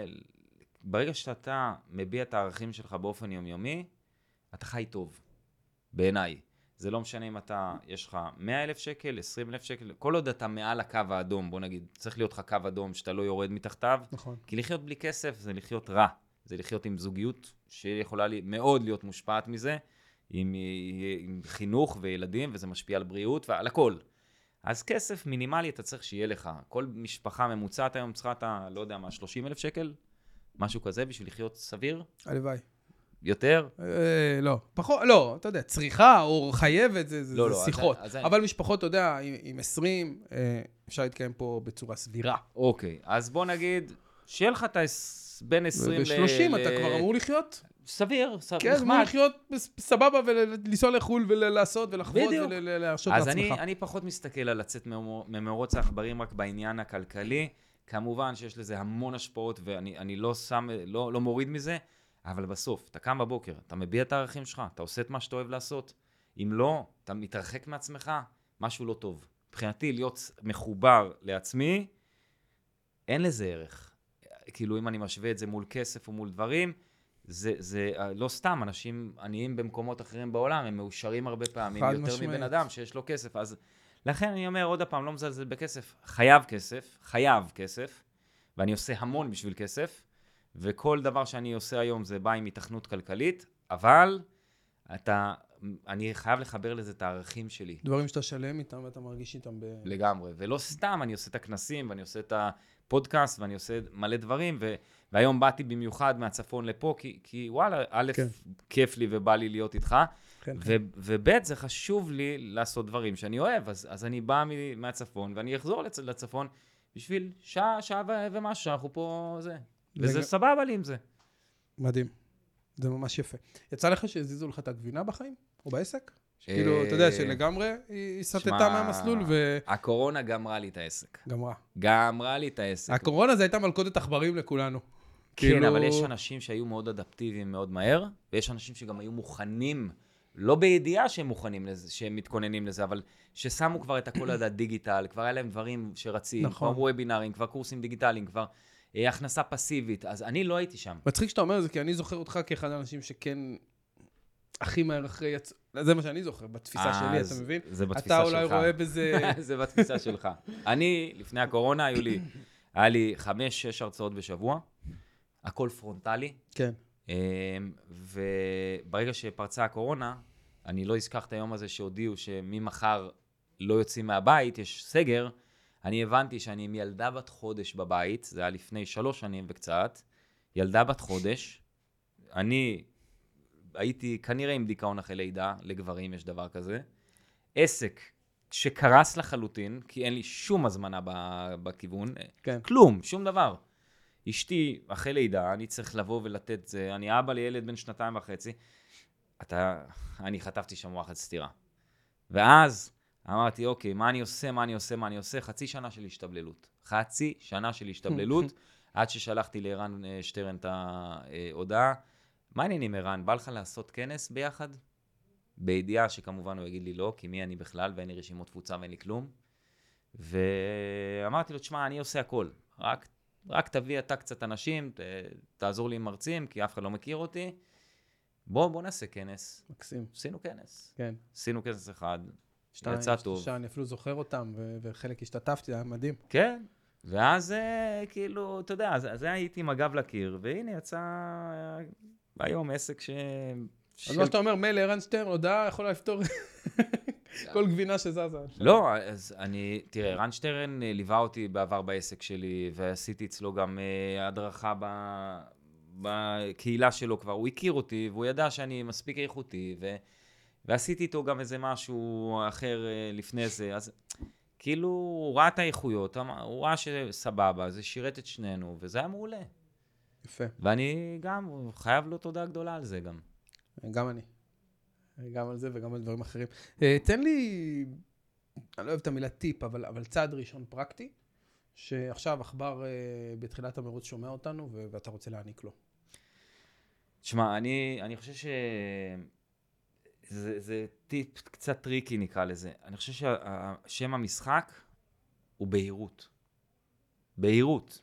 ברגע שאתה מביע את הערכים שלך באופן יומיומי, אתה חי טוב, בעיניי. זה לא משנה אם אתה, יש לך מאה אלף שקל, עשרים אלף שקל, כל עוד אתה מעל הקו האדום, בוא נגיד, צריך להיות לך קו אדום שאתה לא יורד מתחתיו, נכון. כי לחיות בלי כסף זה לחיות רע, זה לחיות עם זוגיות שיכולה לי, מאוד להיות מושפעת מזה, עם, עם חינוך וילדים, וזה משפיע על בריאות ועל הכל. אז כסף מינימלי אתה צריך שיהיה לך. כל משפחה ממוצעת היום צריכה אתה, לא יודע מה, שלושים אלף שקל? משהו כזה בשביל לחיות סביר? הלוואי. יותר? אה, לא, פחות, לא, אתה יודע, צריכה או חייבת, זה, זה, לא, זה לא, אז שיחות. אני- אז אבל אני- משפחות, אתה יודע, עם, עם עשרים, אה, אפשר להתקיים פה בצורה סבירה. אוקיי, אז בוא נגיד, שיהיה לך את ה... בין עשרים ל... ב-שלושים ל- אתה כבר אמור לחיות. סביר, סביר, כן, אמור לחיות בס- סבבה ולנסוע לחו"ל ולעשות ולחוות בדיוק. ולהרשות אז לעצמך. אני, אני פחות מסתכל על לצאת ממור- ממרוץ העכברים רק בעניין הכלכלי. כמובן שיש לזה המון השפעות, ואני אני לא, שם, לא, לא מוריד מזה, אבל בסוף, אתה קם בבוקר, אתה מביע את הערכים שלך, אתה עושה את מה שאתה אוהב לעשות. אם לא, אתה מתרחק מעצמך, משהו לא טוב. מבחינתי, להיות מחובר לעצמי, אין לזה ערך. כאילו, אם אני משווה את זה מול כסף או מול דברים, זה, זה לא סתם, אנשים עניים במקומות אחרים בעולם, הם מאושרים הרבה פעמים, חד יותר משמעית. מבן אדם שיש לו כסף. אז לכן אני אומר עוד הפעם, לא מזלזל בכסף, חייב כסף, חייב כסף, ואני עושה המון בשביל כסף, וכל דבר שאני עושה היום זה בא עם התכנות כלכלית, אבל אתה, אני חייב לחבר לזה את הערכים שלי. דברים שאתה שלם איתם ואתה מרגיש איתם ב... לגמרי, ולא סתם אני עושה את הכנסים, ואני עושה את הפודקאסט, ואני עושה מלא דברים, ו... והיום באתי במיוחד מהצפון לפה, כי, כי וואלה, א', כן. כיף לי ובא לי להיות איתך, כן, ו... וב', זה חשוב לי לעשות דברים שאני אוהב, אז, אז אני בא מ- מהצפון, ואני אחזור לצ... לצפון בשביל שעה, שעה ו... ומשהו, שאנחנו פה זה. וזה לג- סבבה לי עם זה. מדהים. זה ממש יפה. יצא לך שהזיזו לך את הגבינה בחיים? או בעסק? כאילו, אתה יודע, שלגמרי היא סטתה שמע, מהמסלול ו... הקורונה גמרה לי את העסק. גמרה. גמרה לי את העסק. הקורונה זה הייתה מלכודת עכברים לכולנו. כן, כאילו- אבל יש אנשים שהיו מאוד אדפטיביים מאוד מהר, ויש אנשים שגם היו מוכנים, לא בידיעה שהם מוכנים לזה, שהם מתכוננים לזה, אבל ששמו כבר את הכל עד הדיגיטל, כבר היה להם דברים שרצים, נכון. כבר וובינרים, כבר קורסים דיגיטליים, כבר אה, הכנסה פסיבית, אז אני לא הייתי שם. מצחיק שאתה אומר את זה, כי אני זוכר אותך כאחד האנשים שכן הכי מהר אחרי יצ... זה מה שאני זוכר, בתפיסה שלי, אתה מבין? זה בתפיסה אתה שלך. אולי רואה בזה... זה בתפיסה שלך. אני, לפני הקורונה, היו לי, היה לי חמש, שש הרצאות בשבוע, הכל פרונטלי. כן. וברגע שפרצה הקורונה, אני לא אזכח את היום הזה שהודיעו שממחר לא יוצאים מהבית, יש סגר, אני הבנתי שאני עם ילדה בת חודש בבית, זה היה לפני שלוש שנים וקצת, ילדה בת חודש, אני הייתי כנראה עם דיכאון אחרי לידה, לגברים יש דבר כזה, עסק שקרס לחלוטין, כי אין לי שום הזמנה בכיוון, כן. כלום, שום דבר. אשתי, אחרי לידה, אני צריך לבוא ולתת זה, אני אבא לילד בן שנתיים וחצי, אתה, אני חטפתי שם וואחד סתירה. ואז אמרתי, אוקיי, מה אני עושה, מה אני עושה, מה אני עושה? חצי שנה של השתבללות. חצי שנה של השתבללות, עד ששלחתי לערן שטרן את ההודעה. מה העניינים, ערן? בא לך לעשות כנס ביחד? בידיעה שכמובן הוא יגיד לי לא, כי מי אני בכלל, ואין לי רשימות תפוצה ואין לי כלום. ואמרתי לו, תשמע, אני עושה הכל. רק, רק תביא אתה קצת אנשים, ת, תעזור לי עם מרצים, כי אף אחד לא מכיר אותי. בוא, בוא נעשה כנס. מקסים. עשינו כנס. כן. עשינו כנס אחד. שתיים, יצא טוב. שלושה, אני אפילו זוכר אותם, ו- וחלק השתתפתי, היה מדהים. כן. ואז כאילו, אתה יודע, אז, אז הייתי עם הגב לקיר, והנה יצא היום עסק ש... אז מה שאתה אומר, מייל ערן שטרן, הודעה יכולה לפתור כל גבינה שזזה. לא, אז אני, תראה, ערן שטרן ליווה אותי בעבר בעסק שלי, ועשיתי אצלו גם הדרכה ב... בקהילה שלו כבר. הוא הכיר אותי, והוא ידע שאני מספיק איכותי, ו... ועשיתי איתו גם איזה משהו אחר לפני זה. אז כאילו, הוא ראה את האיכויות, הוא ראה שסבבה, זה שירת את שנינו, וזה היה מעולה. יפה. ואני גם חייב לו תודה גדולה על זה גם. גם אני. גם על זה וגם על דברים אחרים. תן לי, אני לא אוהב את המילה טיפ, אבל, אבל צעד ראשון פרקטי, שעכשיו עכבר בתחילת המרוץ שומע אותנו, ואתה רוצה להעניק לו. תשמע, אני, אני חושב ש... זה, זה טיפ קצת טריקי נקרא לזה. אני חושב ששם המשחק הוא בהירות. בהירות.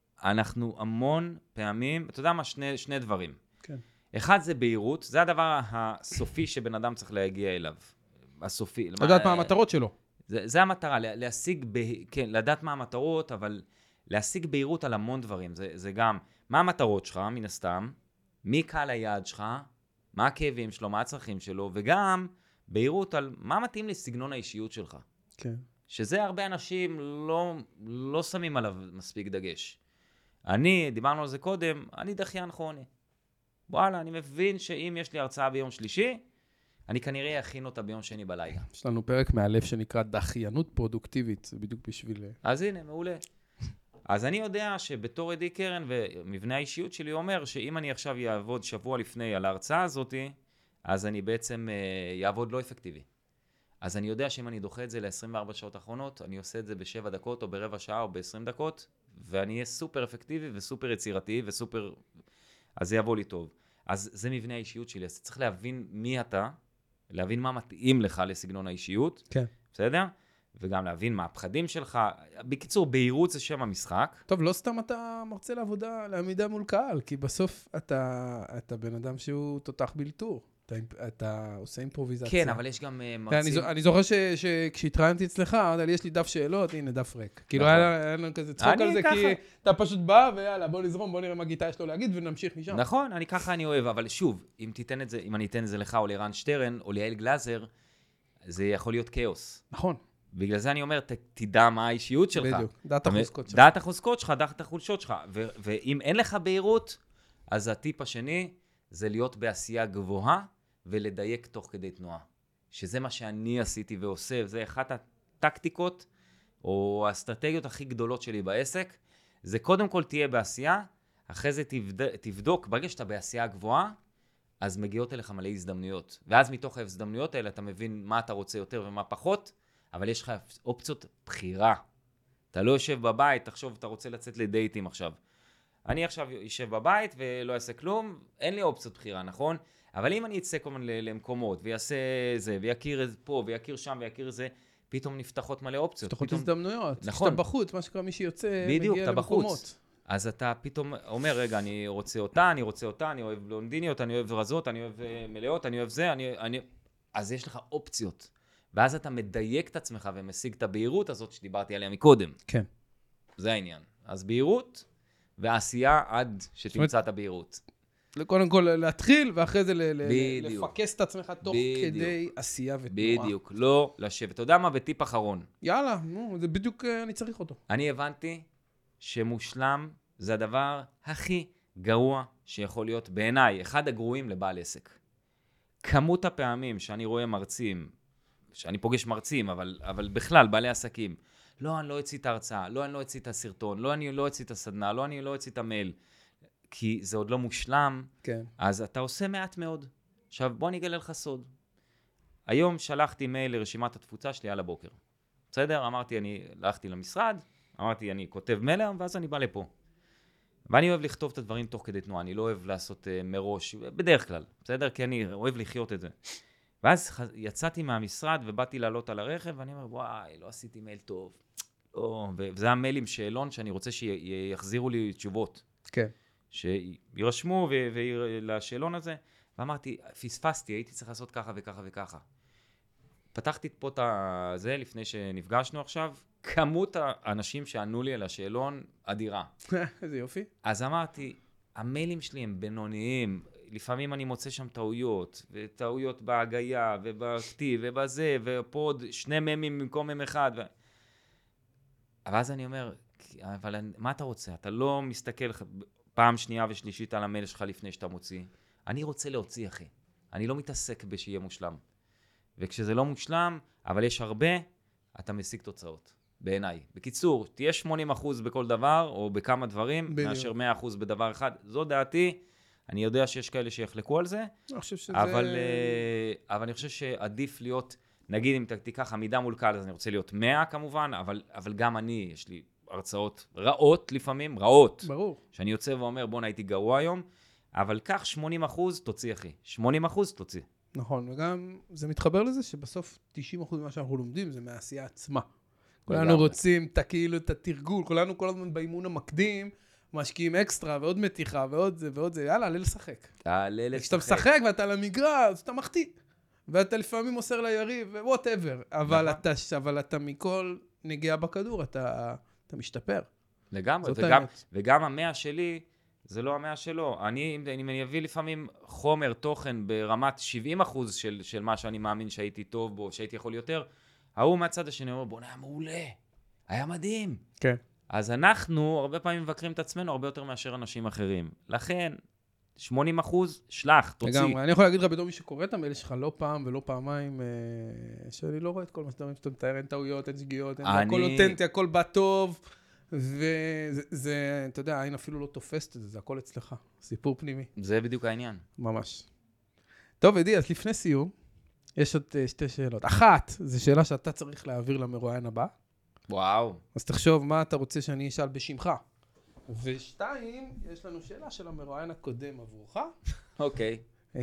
אנחנו המון פעמים, אתה יודע מה? שני, שני דברים. כן. אחד זה בהירות, זה הדבר הסופי שבן אדם צריך להגיע אליו. הסופי. לדעת מה המטרות שלו. זה, זה המטרה, להשיג, ב, כן, לדעת מה המטרות, אבל להשיג בהירות על המון דברים. זה, זה גם, מה המטרות שלך, מן הסתם, מי קהל היעד שלך, מה הכאבים שלו, מה הצרכים שלו, וגם בהירות על מה מתאים לסגנון האישיות שלך. כן. שזה הרבה אנשים לא, לא שמים עליו מספיק דגש. אני, דיברנו על זה קודם, אני דחיין כרוני. וואלה, אני מבין שאם יש לי הרצאה ביום שלישי, אני כנראה אכין אותה ביום שני בלילה. יש לנו פרק מהלב שנקרא דחיינות פרודוקטיבית, זה בדיוק בשביל... אז הנה, מעולה. אז אני יודע שבתור עדי קרן ומבנה האישיות שלי אומר שאם אני עכשיו יעבוד שבוע לפני על ההרצאה הזאת, אז אני בעצם יעבוד לא אפקטיבי. אז אני יודע שאם אני דוחה את זה ל-עשרים וארבע שעות האחרונות, אני עושה את זה בשבע דקות או ברבע שעה או ב-עשרים דקות, ואני אהיה סופר אפקטיבי וסופר יצירתי וסופר... אז זה יבוא לי טוב. אז זה מבנה האישיות שלי, אז צריך להבין מי אתה, להבין מה מתאים לך לסגנון האישיות, כן. בסדר? וגם להבין מה הפחדים שלך. בקיצור, בהירות זה שם המשחק. טוב, לא סתם אתה מרצה לעבודה, לעמידה מול קהל, כי בסוף אתה, אתה בן אדם שהוא תותח בלתור. אתה, אתה עושה אימפרוביזציה. כן, אבל יש גם uh, מרצים... אני, זו, אני זוכר ש, שכשהתראיינתי אצלך, אמרת לי, יש לי דף שאלות, הנה דף ריק. כאילו נכון. היה, היה לנו כזה צחוק על זה, ככה. כי אתה פשוט בא, ויאללה, בוא נזרום, בוא נראה מה גיטה יש לו להגיד, ונמשיך משם. נכון, אני ככה אני אוהב, אבל שוב, אם תיתן את זה, אם אני אתן את זה לך, או לערן שטרן, או ליעל גלזר, זה יכול להיות כאוס. נכון. בגלל זה אני אומר, ת, תדע מה האישיות שלך. בדיוק, דעת החוזקות שלך. דעת החוזקות שלך, דעת החולשות שלך. ו- ואם אין לך בהירות, אז הטיפ השני זה להיות בעשייה גבוהה, ולדייק תוך כדי תנועה. שזה מה שאני עשיתי ועושה, זה אחת הטקטיקות, או האסטרטגיות הכי גדולות שלי בעסק, זה קודם כל תהיה בעשייה, אחרי זה תבד... תבדוק, ברגע שאתה בעשייה גבוהה, אז מגיעות אליך מלא הזדמנויות. ואז מתוך ההזדמנויות האלה אתה מבין מה אתה רוצה יותר ומה פחות, אבל יש לך אופציות בחירה. אתה לא יושב בבית, תחשוב, אתה רוצה לצאת לדייטים עכשיו. אני עכשיו יושב בבית ולא אעשה כלום, אין לי אופציות בחירה, נכון? אבל אם אני אצא כל מיני למקומות, ויעשה זה, ויכיר פה, ויכיר שם, ויכיר זה, פתאום נפתחות מלא אופציות. נפתחות פתאום... הזדמנויות. נכון. כשאתה בחוץ, מה שקרה מי שיוצא, בדיוק, מגיע אתה למקומות. בחוץ. אז אתה פתאום אומר, רגע, אני רוצה אותה, אני רוצה אותה, אני אוהב בלונדיניות, אני אוהב רזות, אני אוהב מלאות, אני אוהב זה, אני, אני... אז יש לך אופציות. ואז אתה מדייק את עצמך ומשיג את הבהירות הזאת שדיברתי עליה מקודם. כן. זה העניין. אז בהירות ועשייה עד שתמצא את הבהירות. קודם כל להתחיל, ואחרי זה לפקס את עצמך תוך כדי עשייה ותנועה. בדיוק, לא לשבת. אתה יודע מה? וטיפ אחרון. יאללה, נו, זה בדיוק אני צריך אותו. אני הבנתי שמושלם זה הדבר הכי גרוע שיכול להיות בעיניי, אחד הגרועים לבעל עסק. כמות הפעמים שאני רואה מרצים, שאני פוגש מרצים, אבל, אבל בכלל, בעלי עסקים, לא, אני לא אציא את ההרצאה, לא, אני לא אציא את הסרטון, לא, אני לא אציא את הסדנה, לא, אני לא אציא את המייל, כי זה עוד לא מושלם, כן. אז אתה עושה מעט מאוד. עכשיו, בוא נגלה לך סוד. היום שלחתי מייל לרשימת התפוצה שלי על הבוקר. בסדר? אמרתי, אני הלכתי למשרד, אמרתי, אני כותב מייל, ואז אני בא לפה. ואני אוהב לכתוב את הדברים תוך כדי תנועה, אני לא אוהב לעשות uh, מראש, בדרך כלל, בסדר? כי אני אוהב לחיות את זה. ואז יצאתי מהמשרד ובאתי לעלות על הרכב, ואני אומר, וואי, לא עשיתי מייל טוב. לא, וזה המייל עם שאלון שאני רוצה שיחזירו לי תשובות. כן. שירשמו לשאלון הזה, ואמרתי, פספסתי, הייתי צריך לעשות ככה וככה וככה. פתחתי פה את זה לפני שנפגשנו עכשיו, כמות האנשים שענו לי על השאלון אדירה. איזה יופי. אז אמרתי, המיילים שלי הם בינוניים, לפעמים אני מוצא שם טעויות, וטעויות בהגייה, ובכתיב, ובזה, ופה עוד שני ממים במקום מם אחד. ו... אבל אז אני אומר, אבל מה אתה רוצה? אתה לא מסתכל פעם שנייה ושלישית על המייל שלך לפני שאתה מוציא. אני רוצה להוציא, אחי. אני לא מתעסק בשיהיה מושלם. וכשזה לא מושלם, אבל יש הרבה, אתה משיג תוצאות. בעיניי. בקיצור, תהיה שמונים אחוז בכל דבר, או בכמה דברים, בדיוק. מאשר מאה אחוז בדבר אחד. זו דעתי. אני יודע שיש כאלה שיחלקו על זה. אני חושב שזה... אבל, אבל אני חושב שעדיף להיות, נגיד אם תיקח עמידה מול קהל, אז אני רוצה להיות מאה כמובן, אבל, אבל גם אני, יש לי הרצאות רעות לפעמים, רעות. ברור. שאני יוצא ואומר, בוא הייתי גרוע היום, אבל כך שמונים אחוז תוציא, אחי. שמונים אחוז תוציא. נכון, וגם זה מתחבר לזה שבסוף תשעים אחוז ממה שאנחנו לומדים זה מהעשייה עצמה. כולנו רוצים את כאילו את התרגול, כולנו כל הזמן באימון המקדים, משקיעים אקסטרה ועוד מתיחה ועוד זה ועוד זה, יאללה, עלה לשחק. תעלה לשחק. כשאתה משחק ואתה על המגרש, אתה מחטיא. ואתה לפעמים מוסר ליריב, whatever. אבל אתה, אבל אתה מכל נגיעה בכדור, אתה, אתה משתפר. לגמרי, וגם, וגם המאה שלי, זה לא המאה שלו. אני, אם אני אביא לפעמים חומר, תוכן ברמת שבעים אחוז של, של מה שאני מאמין שהייתי טוב בו, שהייתי יכול יותר, ההוא מהצד השני אומר, בוא נהיה מעולה, היה מדהים. כן. אז אנחנו הרבה פעמים מבקרים את עצמנו הרבה יותר מאשר אנשים אחרים. לכן, שמונים אחוז, שלח, תוציא. לגמרי, אני יכול להגיד לך בתור מי שקורא את המייל שלך לא פעם ולא פעמיים, שאני לא רואה את כל מה שאתה שאתה מתאר, אין טעויות, אין שגיאות, אין הכל אותנטי, הכל בא טוב, וזה, אתה יודע, העין אפילו לא תופסת את זה, זה הכל אצלך, סיפור פנימי. זה בדיוק העניין. ממש. טוב, עדי, אז לפני סיום, יש עוד שתי שאלות. אחת, זו שאלה שאתה צריך להעביר למרואיין הבא. וואו. אז תחשוב מה אתה רוצה שאני אשאל בשמך. ושתיים, יש לנו שאלה של המרואיין הקודם עבורך. אוקיי.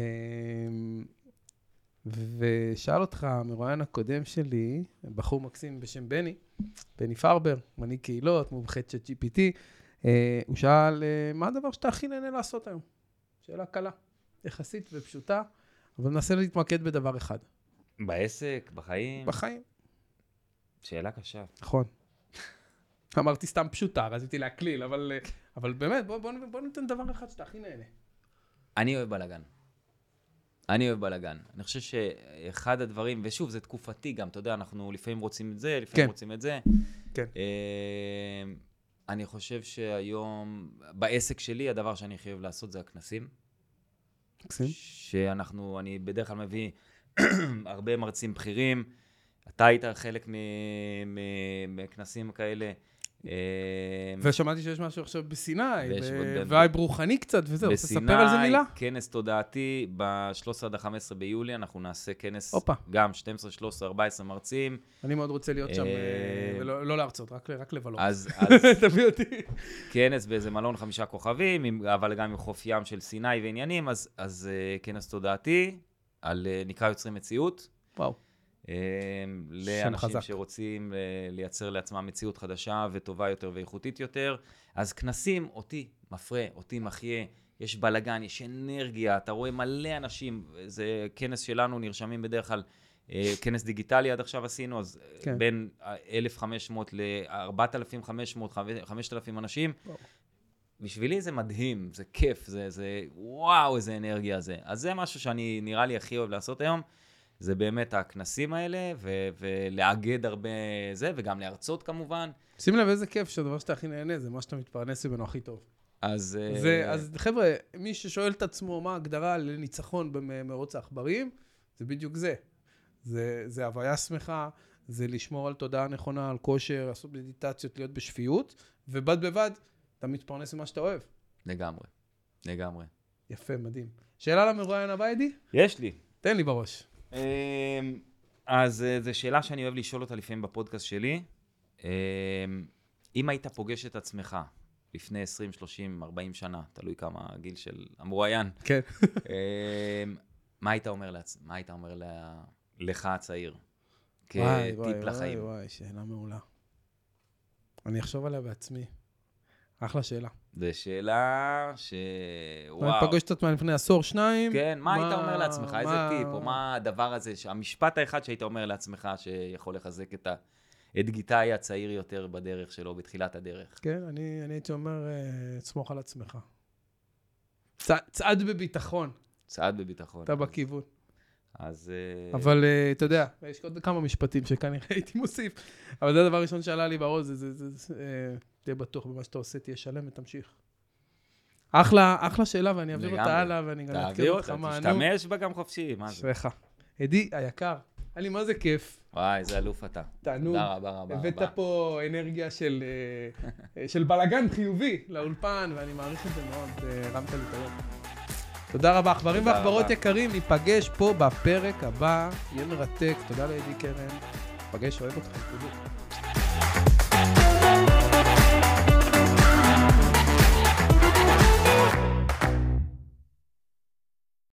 ושאל אותך, המרואיין הקודם שלי, בחור מקסים בשם בני, בני פרבר, מנהיג קהילות, מומחה צ'אט ג'י פי טי, הוא שאל, מה הדבר שאתה הכי נהנה לעשות היום? שאלה קלה, יחסית ופשוטה, אבל ננסה להתמקד בדבר אחד. בעסק, בחיים? בחיים. שאלה קשה. נכון. אמרתי סתם פשוטה, רציתי להקליל, אבל, אבל באמת, בוא, בוא, בוא ניתן דבר אחד שאתה הכי נהנה. אני אוהב בלגן. אני אוהב בלגן. אני חושב שאחד הדברים, ושוב, זה תקופתי גם, אתה יודע, אנחנו לפעמים רוצים את זה, לפעמים כן. רוצים את זה. כן. אני חושב שהיום, בעסק שלי, הדבר שאני חייב לעשות זה הכנסים. מקסים. שאנחנו, אני בדרך כלל מביא הרבה מרצים בכירים, אתה היית חלק מכנסים כאלה. ושמעתי שיש משהו עכשיו בסיני, וייב רוחני קצת וזהו, רוצה לספר על זה מילה? בסיני, כנס תודעתי, ב-שלושה עשר עד חמש עשרה ביולי, אנחנו נעשה כנס גם שתים עשרה, שלוש עשרה, ארבע עשרה מרצים. אני מאוד רוצה להיות שם, ולא להרצות, רק לבלות. אז תביא אותי. כנס באיזה מלון חמישה כוכבים, אבל גם עם חוף ים של סיני ועניינים, אז כנס תודעתי, על נקרא יוצרים מציאות. וואו. לאנשים חזק. שרוצים לייצר לעצמם מציאות חדשה וטובה יותר ואיכותית יותר. אז כנסים, אותי מפרה, אותי מחיה, יש בלגן, יש אנרגיה, אתה רואה מלא אנשים, זה כנס שלנו, נרשמים בדרך כלל, כנס דיגיטלי עד עכשיו עשינו, אז כן. בין אלף וחמש מאות ל-ארבעת אלפים וחמש מאות, חמשת אלפים אנשים. וואו. בשבילי זה מדהים, זה כיף, זה, זה וואו, איזה אנרגיה זה. אז זה משהו שאני נראה לי הכי אוהב לעשות היום, זה באמת הכנסים האלה, ו- ולאגד הרבה זה, וגם להרצות כמובן. שים לב איזה כיף שהדבר שאתה הכי נהנה, זה מה שאתה מתפרנס ממנו הכי טוב. אז... זה, אז חבר'ה, מי ששואל את עצמו מה ההגדרה לניצחון במרוץ העכברים, זה בדיוק זה. זה, זה הוויה שמחה, זה לשמור על תודעה נכונה, על כושר, לעשות מדיטציות, להיות בשפיות, ובד בבד, אתה מתפרנס ממה שאתה אוהב. לגמרי, לגמרי. יפה, מדהים. שאלה למרואיין הבא, עדי? יש לי. תן לי בראש. אז זו שאלה שאני אוהב לשאול אותה לפעמים בפודקאסט שלי. אם היית פוגש את עצמך לפני עשרים, שלושים, ארבעים שנה, תלוי כמה הגיל של המרואיין. כן. מה היית אומר לעצ... מה היית אומר לך הצעיר? וואי, כטיפ לחיים. וואי, וואי, שאלה מעולה. אני אחשוב עליה בעצמי. אחלה שאלה. זו שאלה ש... וואו. אני פגש את עצמי לפני עשור, שניים. כן, מה, מה היית אומר לעצמך? מה... איזה טיפ? או מה הדבר הזה, המשפט האחד שהיית אומר לעצמך שיכול לחזק את, ה... את גיטאי הצעיר יותר בדרך שלו, בתחילת הדרך? כן, אני, אני הייתי אומר, תסמוך על עצמך. צע... צעד בביטחון. צעד בביטחון. אתה בכיוון. אז... אבל אתה יודע, יש עוד כמה משפטים שכנראה הייתי מוסיף, אבל זה הדבר הראשון שעלה לי בראש, זה, זה, זה, זה, תהיה בטוח במה שאתה עושה, תהיה שלם ותמשיך. אחלה, אחלה שאלה, ואני אעביר אותה הלאה, ואני גם אתקר אותך מה ענו. תעביר אותה, תשתמש בה גם חופשי, מה זה? שריך. עדי, היקר, היה לי מה זה כיף. וואי, איזה אלוף אתה. תענוג. תודה רבה רבה. הבאת פה אנרגיה של, של בלגן חיובי לאולפן, ואני מעריך את זה מאוד, הרמת לי את היום. תודה רבה, חברים ואחברות יקרים, ניפגש פה בפרק הבא, יהיה מרתק, תודה לעדי קרן, ניפגש, אוהב אותך, תודה.